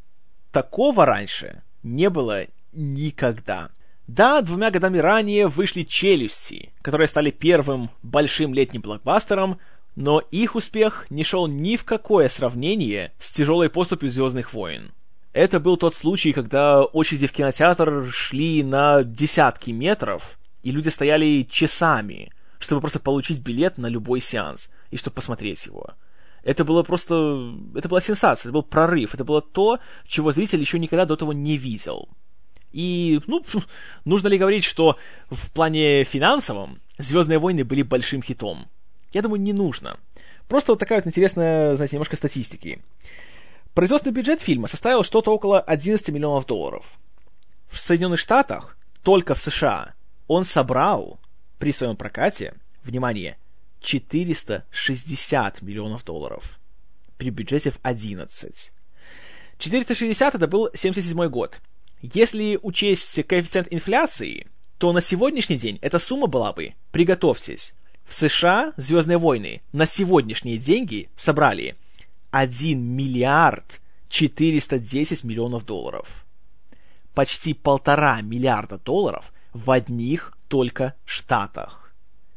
Такого раньше не было никогда. Да, двумя годами ранее вышли «Челюсти», которые стали первым большим летним блокбастером, но их успех не шел ни в какое сравнение с тяжелой поступью «Звездных войн». Это был тот случай, когда очереди в кинотеатр шли на десятки метров, и люди стояли часами, чтобы просто получить билет на любой сеанс, и чтобы посмотреть его. Это было просто... Это была сенсация, это был прорыв, это было то, чего зритель еще никогда до того не видел. И, ну, нужно ли говорить, что в плане финансовом «Звездные войны» были большим хитом? Я думаю, не нужно. Просто вот такая вот интересная, знаете, немножко статистики. Производственный бюджет фильма составил что-то около одиннадцать миллионов долларов. В Соединенных Штатах, только в США, он собрал при своем прокате, внимание, четыреста шестьдесят миллионов долларов. При бюджете в одиннадцать. четыреста шестьдесят это был семьдесят седьмой год. Если учесть коэффициент инфляции, то на сегодняшний день эта сумма была бы, приготовьтесь, в США «Звездные войны» на сегодняшние деньги собрали один миллиард четыреста десять миллионов долларов. Почти полтора миллиарда долларов в одних только Штатах.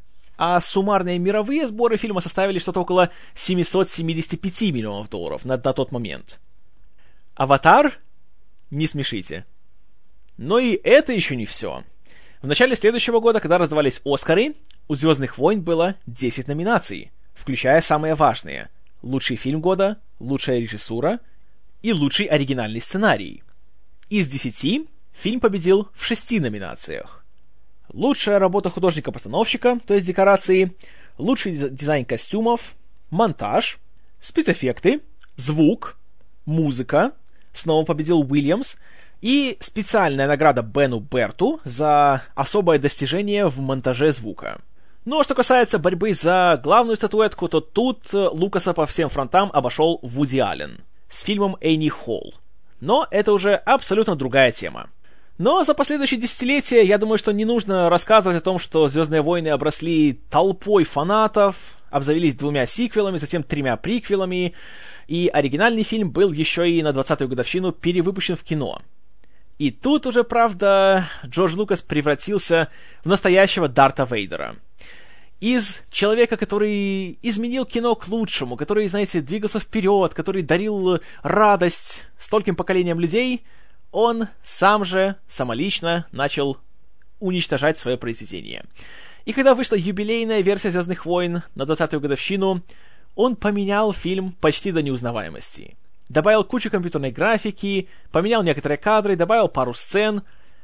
А суммарные мировые сборы фильма составили что-то около семьсот семьдесят пять миллионов долларов на, на тот момент. «Аватар»? Не смешите. Но и это еще не все. В начале следующего года, когда раздавались «Оскары», у «Звездных войн» было десять номинаций, включая самые важные. Лучший фильм года, лучшая режиссура и лучший оригинальный сценарий. Из десяти фильм победил в шести номинациях. Лучшая работа художника-постановщика, то есть декорации, лучший дизайн костюмов, монтаж, спецэффекты, звук, музыка, снова победил Уильямс, и специальная награда Бену Берту за особое достижение в монтаже звука. Ну а что касается борьбы за главную статуэтку, то тут Лукаса по всем фронтам обошел Вуди Аллен с фильмом «Энни Холл». Но это уже абсолютно другая тема. Но за последующие десятилетия, я думаю, что не нужно рассказывать о том, что «Звездные войны» обросли толпой фанатов, обзавелись двумя сиквелами, затем тремя приквелами, и оригинальный фильм был еще и на двадцатую годовщину перевыпущен в кино. И тут уже, правда, Джордж Лукас превратился в настоящего Дарта Вейдера. Из человека, который изменил кино к лучшему, который, знаете, двигался вперед, который дарил радость стольким поколениям людей, он сам же самолично начал уничтожать свое произведение. И когда вышла юбилейная версия «Звездных войн» на двадцатую годовщину, он поменял фильм почти до неузнаваемости. Добавил кучу компьютерной графики, поменял некоторые кадры, добавил пару сцен.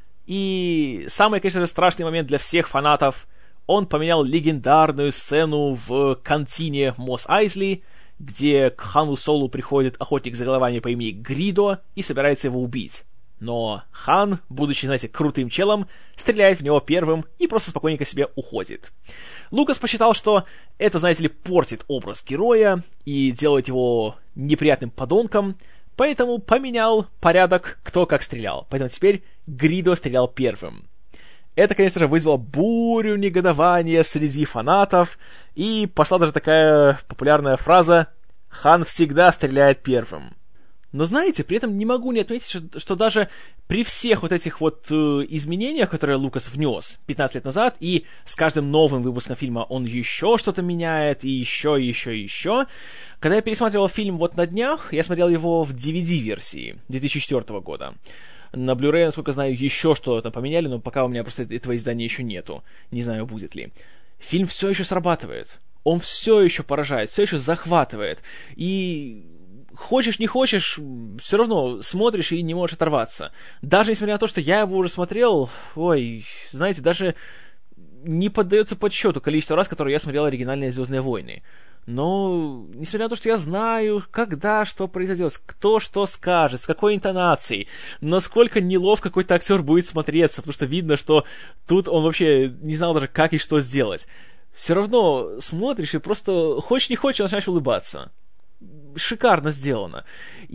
И самый, конечно, страшный момент для всех фанатов — он поменял легендарную сцену в кантине Мос Айсли, где к Хану Солу приходит охотник за головами по имени Гридо и собирается его убить. Но Хан, будучи, знаете, крутым челом, стреляет в него первым и просто спокойненько себе уходит. Лукас посчитал, что это, знаете ли, портит образ героя и делает его неприятным подонком, поэтому поменял порядок, кто как стрелял. Поэтому теперь Гридо стрелял первым. Это, конечно же, вызвало бурю негодования среди фанатов, и пошла даже такая популярная фраза «Хан всегда стреляет первым». Но, знаете, при этом не могу не отметить, что, что даже при всех вот этих вот э, изменениях, которые Лукас внес пятнадцать лет назад, и с каждым новым выпуском фильма он еще что-то меняет, и еще, и еще, и еще. Когда я пересматривал фильм вот на днях, я смотрел его в ди ви ди-версии две тысячи четвёртого года. На Blu-ray, насколько знаю, еще что-то поменяли, но пока у меня просто этого издания еще нету. Не знаю, будет ли. Фильм все еще срабатывает. Он все еще поражает, все еще захватывает. И хочешь, не хочешь, все равно смотришь и не можешь оторваться. Даже несмотря на то, что я его уже смотрел, ой, знаете, даже не поддается подсчету количество раз, которое я смотрел оригинальные «Звездные войны». Но, несмотря на то, что я знаю, когда что произойдет, кто что скажет, с какой интонацией, насколько неловко какой-то актер будет смотреться, потому что видно, что тут он вообще не знал даже, как и что сделать. Все равно смотришь и просто хочешь не хочешь, начинаешь улыбаться. Шикарно сделано.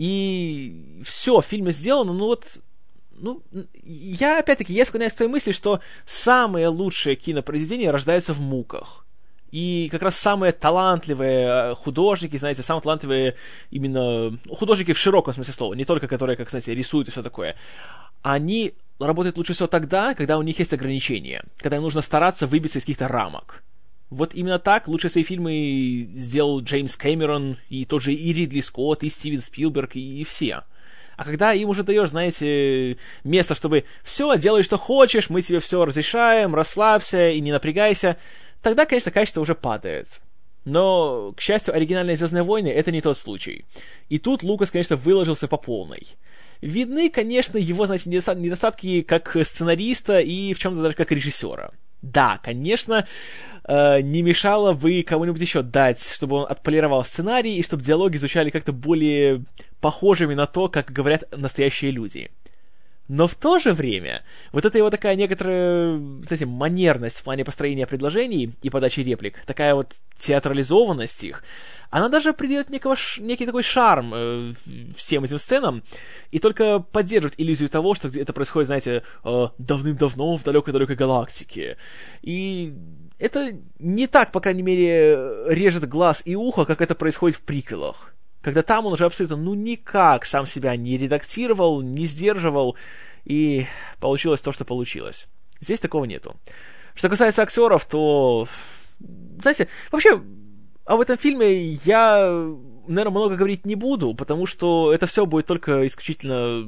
И все в фильме сделано, ну вот... Ну, я, опять-таки, я склоняюсь к той мысли, что самые лучшие кинопроизведения рождаются в муках. И как раз самые талантливые художники, знаете, самые талантливые именно художники в широком смысле слова, не только которые, как, знаете, рисуют и все такое, они работают лучше всего тогда, когда у них есть ограничения, когда им нужно стараться выбиться из каких-то рамок. Вот именно так лучшие свои фильмы сделал Джеймс Кэмерон, и тот же и Ридли Скотт, и Стивен Спилберг, и, и все. А когда им уже даешь, знаете, место, чтобы все, делай, что хочешь, мы тебе все разрешаем, расслабься и не напрягайся, тогда, конечно, качество уже падает. Но, к счастью, оригинальные «Звездные войны» — это не тот случай. И тут Лукас, конечно, выложился по полной. Видны, конечно, его, знаете, недостатки как сценариста и в чем-то даже как режиссера. Да, конечно, э, не мешало бы кому-нибудь еще дать, чтобы он отполировал сценарий и чтобы диалоги звучали как-то более похожими на то, как говорят настоящие люди. Но в то же время вот эта его такая некоторая, знаете, манерность в плане построения предложений и подачи реплик, такая вот театрализованность их, она даже придает некого, некий такой шарм э, всем этим сценам и только поддерживает иллюзию того, что это происходит, знаете, э, давным-давно в далекой-далекой галактике. И это не так, по крайней мере, режет глаз и ухо, как это происходит в приквелах. Когда там он уже абсолютно, ну, никак сам себя не редактировал, не сдерживал, и получилось то, что получилось. Здесь такого нету. Что касается актеров, то, знаете, вообще, об этом фильме я, наверное, много говорить не буду, потому что это все будет только исключительно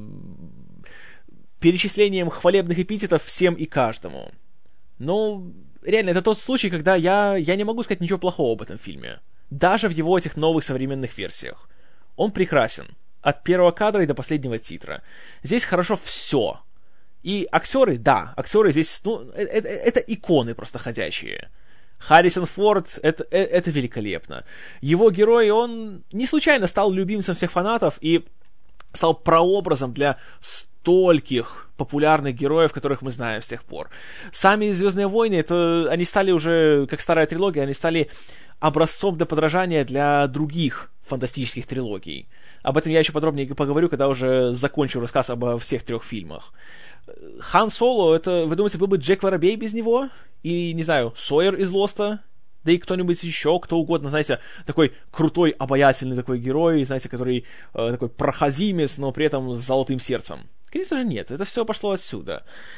перечислением хвалебных эпитетов всем и каждому. Но, реально, это тот случай, когда я, я не могу сказать ничего плохого об этом фильме. Даже в его этих новых современных версиях. Он прекрасен. От первого кадра и до последнего титра. Здесь хорошо все. И актеры, да, актеры здесь, ну, это, это иконы просто ходячие. Харрисон Форд, это, это великолепно. Его герой, он не случайно стал любимцем всех фанатов и стал прообразом для стольких популярных героев, которых мы знаем с тех пор. Сами «Звездные войны», это, они стали уже, как старая трилогия, они стали образцом для подражания для других фантастических трилогий. Об этом я еще подробнее поговорю, когда уже закончу рассказ обо всех трех фильмах. Хан Соло, это, вы думаете, был бы Джек Воробей без него? И, не знаю, Сойер из Лоста? Да и кто-нибудь еще, кто угодно, знаете, такой крутой, обаятельный такой герой, знаете, который э, такой проходимец, но при этом с золотым сердцем. Конечно же, нет, это все пошло отсюда.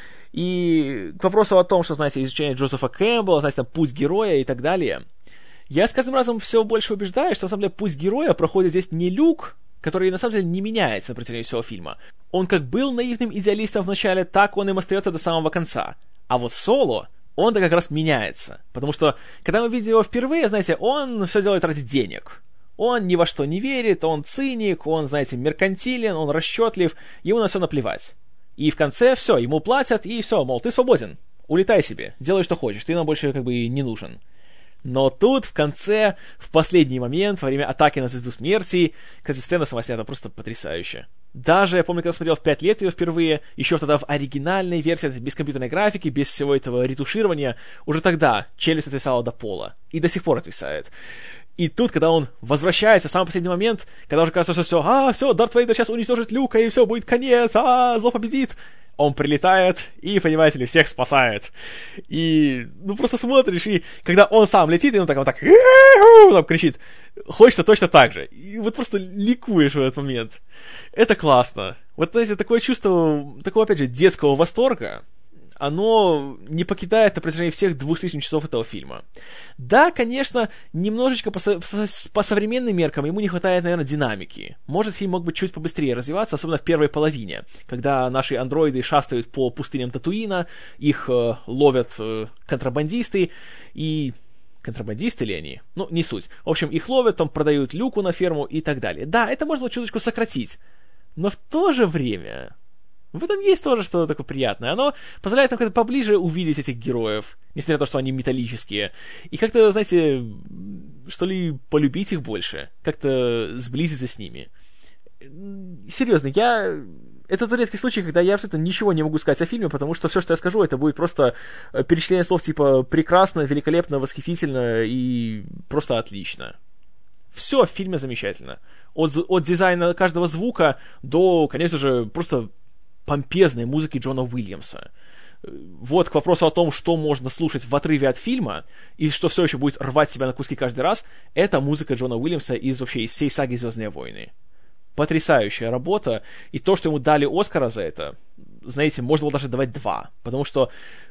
И к вопросу о том, что, знаете, изучение Джозефа Кэмпбелла, знаете, там, путь героя и так далее, я с каждым разом все больше убеждаюсь, что, на самом деле, путь героя проходит здесь не Люк, который, на самом деле, не меняется на протяжении всего фильма. Он как был наивным идеалистом в начале, так он им остается до самого конца. А вот Соло, он-то как раз меняется. Потому что, когда мы видим его впервые, знаете, он все делает ради денег. Он ни во что не верит, он циник, он, знаете, меркантилен, он расчетлив, ему на все наплевать. И в конце все, ему платят, и все, мол, ты свободен, улетай себе, делай, что хочешь, ты нам больше как бы не нужен. Но тут, в конце, в последний момент, во время атаки на Звезду Смерти, кстати, сцена сама снята просто потрясающе. Даже, я помню, когда смотрел в пять лет ее впервые, еще тогда в оригинальной версии, без компьютерной графики, без всего этого ретуширования, уже тогда челюсть отвисала до пола. И до сих пор отвисает. И тут, когда он возвращается в самый последний момент, когда уже кажется, что все, а, все, Дарт Вейдер сейчас уничтожит Люка, и все, будет конец, а, зло победит. Он прилетает и, понимаете ли, всех спасает. И, ну, просто смотришь, и когда он сам летит, и он так, он так, там кричит, хочется точно так же. И вот просто ликуешь в этот момент. Это классно. Вот, знаете, такое чувство, такого, опять же, детского восторга, оно не покидает на протяжении всех двух с лишним часов этого фильма. Да, конечно, немножечко по, со- по современным меркам ему не хватает, наверное, динамики. Может, фильм мог бы чуть побыстрее развиваться, особенно в первой половине, когда наши андроиды шастают по пустыням Татуина, их э, ловят э, контрабандисты, и... Контрабандисты ли они? Ну, не суть. В общем, их ловят, там продают Люку на ферму и так далее. Да, это можно было чуточку сократить, но в то же время... В этом есть тоже что-то такое приятное. Оно позволяет нам как-то поближе увидеть этих героев, несмотря на то, что они металлические. И как-то, знаете, что ли, полюбить их больше. Как-то сблизиться с ними. Серьезно, я... Это тот редкий случай, когда я абсолютно ничего не могу сказать о фильме, потому что все, что я скажу, это будет просто перечисление слов типа «прекрасно», «великолепно», «восхитительно» и просто «отлично». Все в фильме замечательно. От, от дизайна каждого звука до, конечно же, просто... помпезной музыки Джона Уильямса. Вот к вопросу о том, что можно слушать в отрыве от фильма, и что все еще будет рвать себя на куски каждый раз, это музыка Джона Уильямса из вообще из всей саги «Звездные войны». Потрясающая работа, и то, что ему дали Оскара за это, знаете, можно было даже давать два, потому что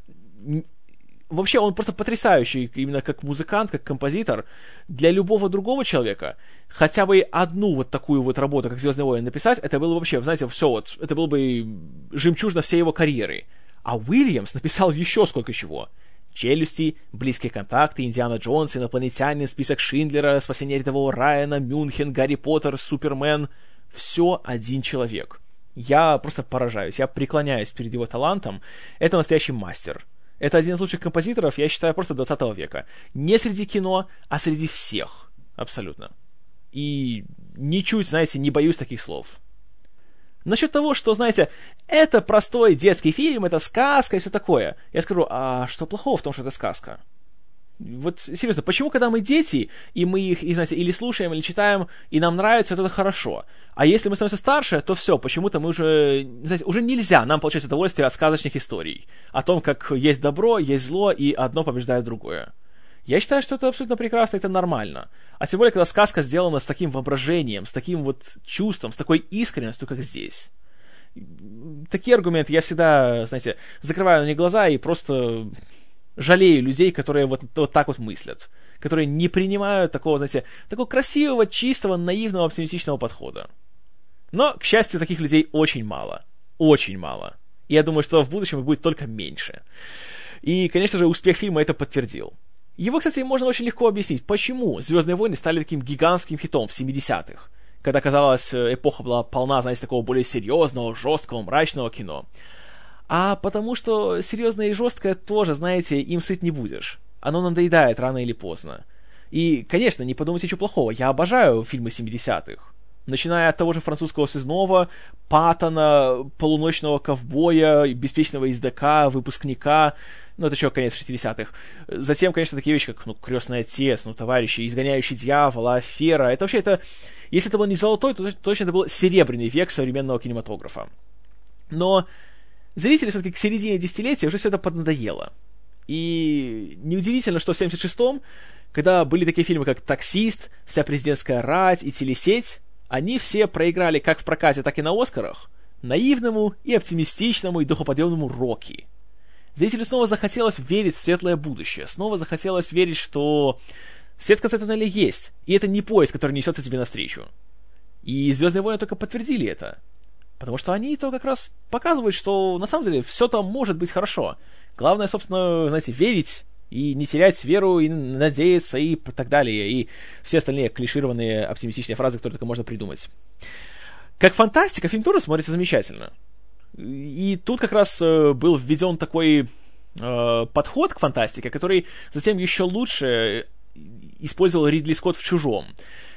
вообще он просто потрясающий, именно как музыкант, как композитор. Для любого другого человека хотя бы одну вот такую вот работу, как «Звездные войны», написать, это было бы вообще, знаете, все вот, это было бы жемчужина всей его карьеры. А Уильямс написал еще сколько чего. «Челюсти», «Близкие контакты», «Индиана Джонс», «Инопланетянин», «Список Шиндлера», «Спасение рядового Райана», «Мюнхен», «Гарри Поттер», «Супермен». Все один человек. Я просто поражаюсь, я преклоняюсь перед его талантом. Это настоящий мастер. Это один из лучших композиторов, я считаю, просто двадцатого века. Не среди кино, а среди всех. Абсолютно. И ничуть, знаете, не боюсь таких слов. Насчет того, что, знаете, это простой детский фильм, это сказка и все такое. Я скажу, а что плохого в том, что это сказка? Вот, серьезно, почему, когда мы дети, и мы их, и, знаете, или слушаем, или читаем, и нам нравится, то это хорошо. А если мы становимся старше, то все, почему-то мы уже, знаете, уже нельзя нам получать удовольствие от сказочных историй. О том, как есть добро, есть зло, и одно побеждает другое. Я считаю, что это абсолютно прекрасно, это нормально. А тем более, когда сказка сделана с таким воображением, с таким вот чувством, с такой искренностью, как здесь. Такие аргументы я всегда, знаете, закрываю на них глаза и просто жалею людей, которые вот, вот так вот мыслят. Которые не принимают такого, знаете, такого красивого, чистого, наивного, оптимистичного подхода. Но, к счастью, таких людей очень мало. Очень мало. И я думаю, что в будущем их будет только меньше. И, конечно же, успех фильма это подтвердил. Его, кстати, можно очень легко объяснить, почему «Звездные войны» стали таким гигантским хитом в семидесятых, когда, казалось, эпоха была полна, знаете, такого более серьезного, жесткого, мрачного кино. А потому что серьезное и жесткое тоже, знаете, им сыт не будешь. Оно надоедает рано или поздно. И, конечно, не подумайте ничего плохого, я обожаю фильмы семидесятых. начиная от того же французского связного, Паттона, полуночного ковбоя, беспечного ездока, выпускника, ну, это еще конец шестидесятых. Затем, конечно, такие вещи, как, ну, «Крестный отец», ну, «Товарищи», «Изгоняющий дьявола», «Афера». Это вообще, это, если это был не золотой, то точно это был серебряный век современного кинематографа. Но зрители все-таки к середине десятилетия уже все это поднадоело. И неудивительно, что в семьдесят шестом, когда были такие фильмы, как «Таксист», «Вся президентская рать» и «Телесеть», они все проиграли как в прокате, так и на «Оскарах» наивному и оптимистичному и духоподъемному «Рокки». Зрителю снова захотелось верить в светлое будущее, снова захотелось верить, что свет в конце туннеля есть, и это не поезд, который несется тебе навстречу. И «Звездные войны» только подтвердили это. Потому что они то как раз показывают, что на самом деле все там может быть хорошо. Главное, собственно, знаете, верить и не терять веру, и надеяться, и так далее, и все остальные клишированные оптимистичные фразы, которые только можно придумать. Как фантастика, фильм тоже смотрится замечательно. И тут как раз э, был введен такой э, подход к фантастике, который затем еще лучше использовал Ридли Скотт в «Чужом».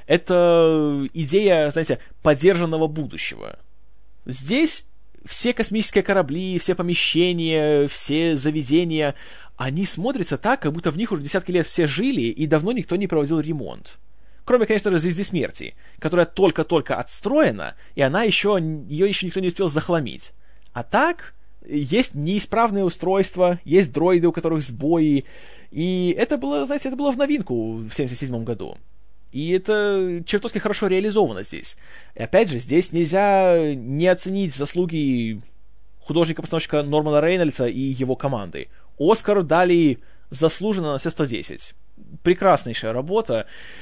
Это идея, знаете, подержанного будущего. Здесь все космические корабли, все помещения, все заведения, они смотрятся так, как будто в них уже десятки лет все жили, и давно никто не проводил ремонт. Кроме, конечно же, «Звезды смерти», которая только-только отстроена, и она еще, ее еще никто не успел захламить. А так, есть неисправные устройства, есть дроиды, у которых сбои, и это было, знаете, это было в новинку в семьдесят седьмом году. И это чертовски хорошо реализовано здесь. И опять же, здесь нельзя не оценить заслуги художника-постановщика Нормана Рейнольдса и его команды. Оскар дали заслуженно на все сто десять. Прекраснейшая работа.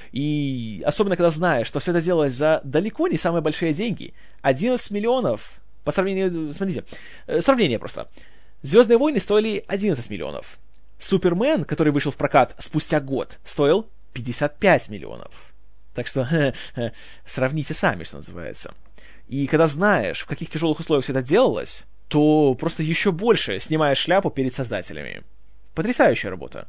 И особенно, когда знаешь, что все это делалось за далеко не самые большие деньги. одиннадцать миллионов по сравнению... Смотрите, сравнение просто. «Звездные войны» стоили одиннадцать миллионов. «Супермен», который вышел в прокат спустя год, стоил пятьдесят пять миллионов. Так что ха, ха, сравните сами, что называется. И когда знаешь, в каких тяжелых условиях все это делалось, то просто еще больше снимаешь шляпу перед создателями. Потрясающая работа.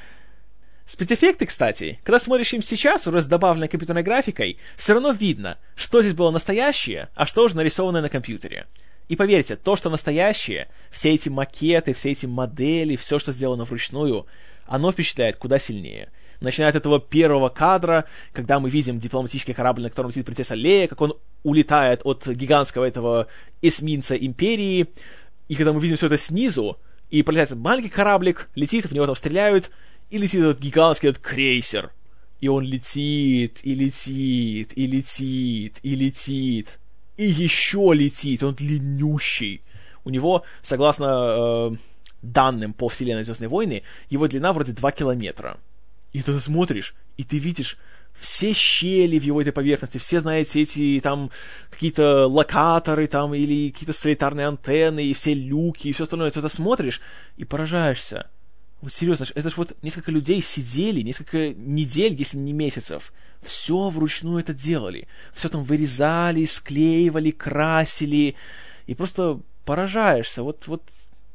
Спецэффекты, кстати, когда смотришь им сейчас, уже с добавленной компьютерной графикой, все равно видно, что здесь было настоящее, а что уже нарисованное на компьютере. И поверьте, то, что настоящее, все эти макеты, все эти модели, все, что сделано вручную, оно впечатляет куда сильнее. Начиная от этого первого кадра, когда мы видим дипломатический корабль, на котором сидит принцесса Лея, как он улетает от гигантского этого эсминца Империи, и когда мы видим все это снизу, и пролетает маленький кораблик, летит, в него там стреляют, и летит этот гигантский этот крейсер. И он летит, и летит, и летит, и летит, и еще летит, он длиннющий. У него, согласно э, данным по вселенной «Звездные войны», его длина вроде два километра. И ты смотришь, и ты видишь все щели в его этой поверхности, все, знаете, эти там какие-то локаторы там или какие-то солитарные антенны, и все люки, и все остальное. Ты это смотришь и поражаешься. Вот серьезно, это ж вот несколько людей сидели, несколько недель, если не месяцев, все вручную это делали. Все там вырезали, склеивали, красили, и просто поражаешься. Вот, вот,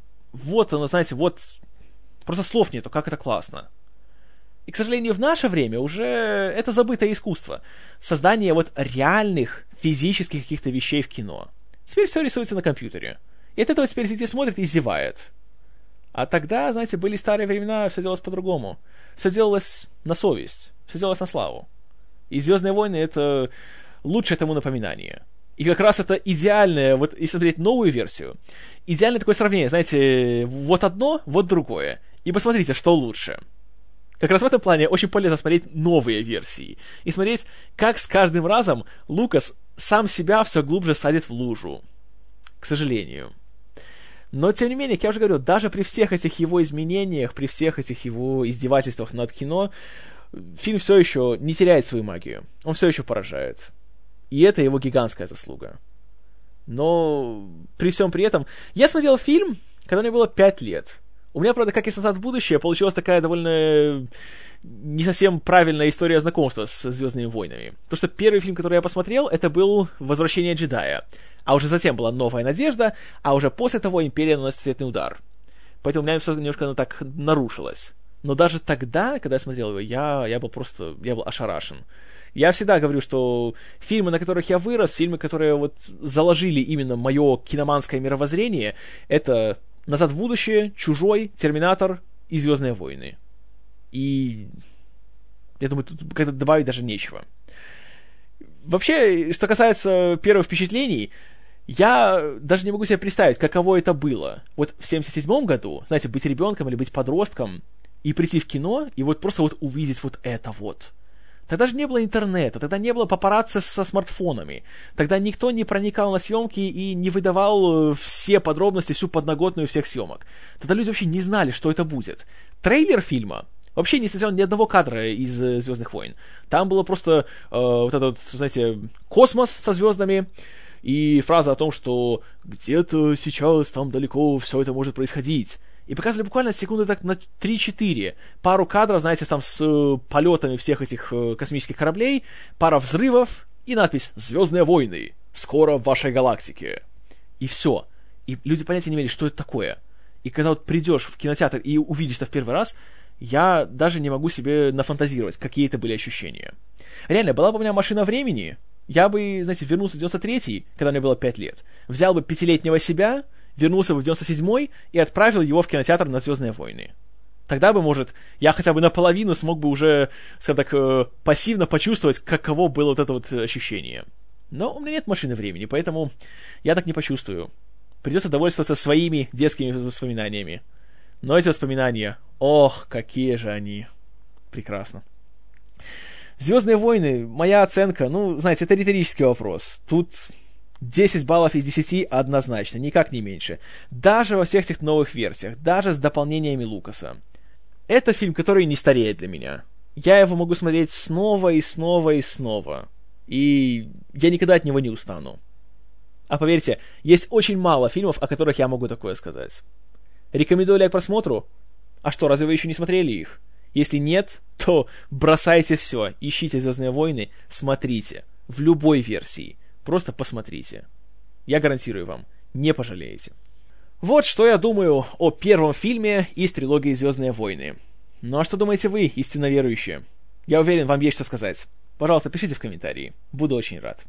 вот оно, знаете, вот просто слов нету, как это классно. И, к сожалению, в наше время уже это забытое искусство. Создание вот реальных физических каких-то вещей в кино. Теперь все рисуется на компьютере. И от этого теперь зритель смотрит и зевает. А тогда, знаете, были старые времена, все делалось по-другому. Все делалось на совесть, все делалось на славу. И «Звездные войны» — это лучшее тому напоминание. И как раз это идеальное, вот если смотреть новую версию, идеальное такое сравнение, знаете, вот одно, вот другое. И посмотрите, что лучше. Как раз в этом плане очень полезно смотреть новые версии. И смотреть, как с каждым разом Лукас сам себя все глубже садит в лужу. К сожалению. Но, тем не менее, как я уже говорю, даже при всех этих его изменениях, при всех этих его издевательствах над кино, фильм все еще не теряет свою магию. Он все еще поражает. И это его гигантская заслуга. Но при всем при этом... Я смотрел фильм, когда мне было пять лет. У меня, правда, как и «Назад в будущее», получилась такая довольно не совсем правильная история знакомства с «Звездными войнами». Потому что первый фильм, который я посмотрел, это был «Возвращение джедая». А уже затем была «Новая надежда», а уже после того «Империя наносит ответный удар». Поэтому у меня все немножко оно так нарушилось. Но даже тогда, когда я смотрел его, я, я был просто... Я был ошарашен. Я всегда говорю, что фильмы, на которых я вырос, фильмы, которые вот заложили именно мое киноманское мировоззрение, это «Назад в будущее», «Чужой», «Терминатор» и «Звездные войны». И я думаю, тут как-то добавить даже нечего. Вообще, что касается первых впечатлений, я даже не могу себе представить, каково это было. Вот в семьдесят седьмом году, знаете, быть ребенком или быть подростком и прийти в кино, и вот просто вот увидеть вот это вот. Тогда же не было интернета, тогда не было папарацци со смартфонами, тогда никто не проникал на съемки и не выдавал все подробности, всю подноготную всех съемок. Тогда люди вообще не знали, что это будет. Трейлер фильма вообще не снесен ни одного кадра из «Звездных войн». Там было просто э, вот этот, знаете, космос со звездами, и фраза о том, что где-то сейчас там далеко все это может происходить. И показывали буквально секунды так на три-четыре. Пару кадров, знаете, там с э, полетами всех этих э, космических кораблей, пара взрывов и надпись «Звездные войны. Скоро в вашей галактике». И все. И люди понятия не имели, что это такое. И когда вот придешь в кинотеатр и увидишь это в первый раз, я даже не могу себе нафантазировать, какие это были ощущения. Реально, была бы у меня машина времени, я бы, знаете, вернулся в девяносто третий, когда мне было пять лет, взял бы пятилетнего себя, вернулся бы в девяносто седьмой и отправил его в кинотеатр на «Звездные войны». Тогда бы, может, я хотя бы наполовину смог бы уже, скажем так, пассивно почувствовать, каково было вот это вот ощущение. Но у меня нет машины времени, поэтому я так не почувствую. Придется довольствоваться своими детскими воспоминаниями. Но эти воспоминания, ох, какие же они. Прекрасно. «Звездные войны», моя оценка, ну, знаете, это риторический вопрос. Тут десять баллов из десяти однозначно, никак не меньше. Даже во всех этих новых версиях, даже с дополнениями Лукаса. Это фильм, который не стареет для меня. Я его могу смотреть снова и снова и снова. И я никогда от него не устану. А поверьте, есть очень мало фильмов, о которых я могу такое сказать. Рекомендую ли я к просмотру? А что, разве вы еще не смотрели их? Если нет, то бросайте все, ищите «Звездные войны», смотрите. В любой версии. Просто посмотрите. Я гарантирую вам, не пожалеете. Вот что я думаю о первом фильме из трилогии «Звездные войны». Ну а что думаете вы, истинно верующие? Я уверен, вам есть что сказать. Пожалуйста, пишите в комментарии. Буду очень рад.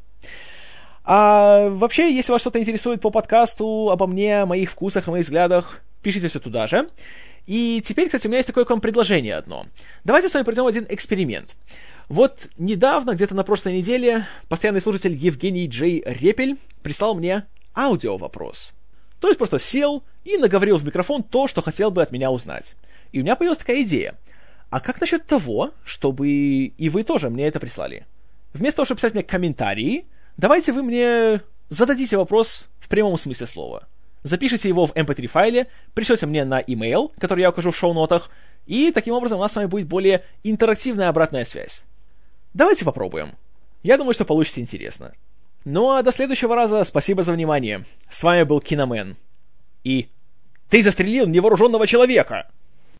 А вообще, если вас что-то интересует по подкасту, обо мне, о моих вкусах, о моих взглядах, пишите все туда же. И теперь, кстати, у меня есть такое к вам предложение одно. Давайте с вами проведем один эксперимент. Вот недавно, где-то на прошлой неделе, постоянный слушатель Евгений Джей Репель прислал мне аудио-вопрос. То есть просто сел и наговорил в микрофон то, что хотел бы от меня узнать. И у меня появилась такая идея. А как насчет того, чтобы и вы тоже мне это прислали? Вместо того, чтобы писать мне комментарии, давайте вы мне зададите вопрос в прямом смысле слова. Запишите его в эм пэ три файле, пришлете мне на имейл, который я укажу в шоу-нотах, и таким образом у нас с вами будет более интерактивная обратная связь. Давайте попробуем. Я думаю, что получится интересно. Ну а до следующего раза спасибо за внимание. С вами был Киномен. И ты застрелил невооруженного человека!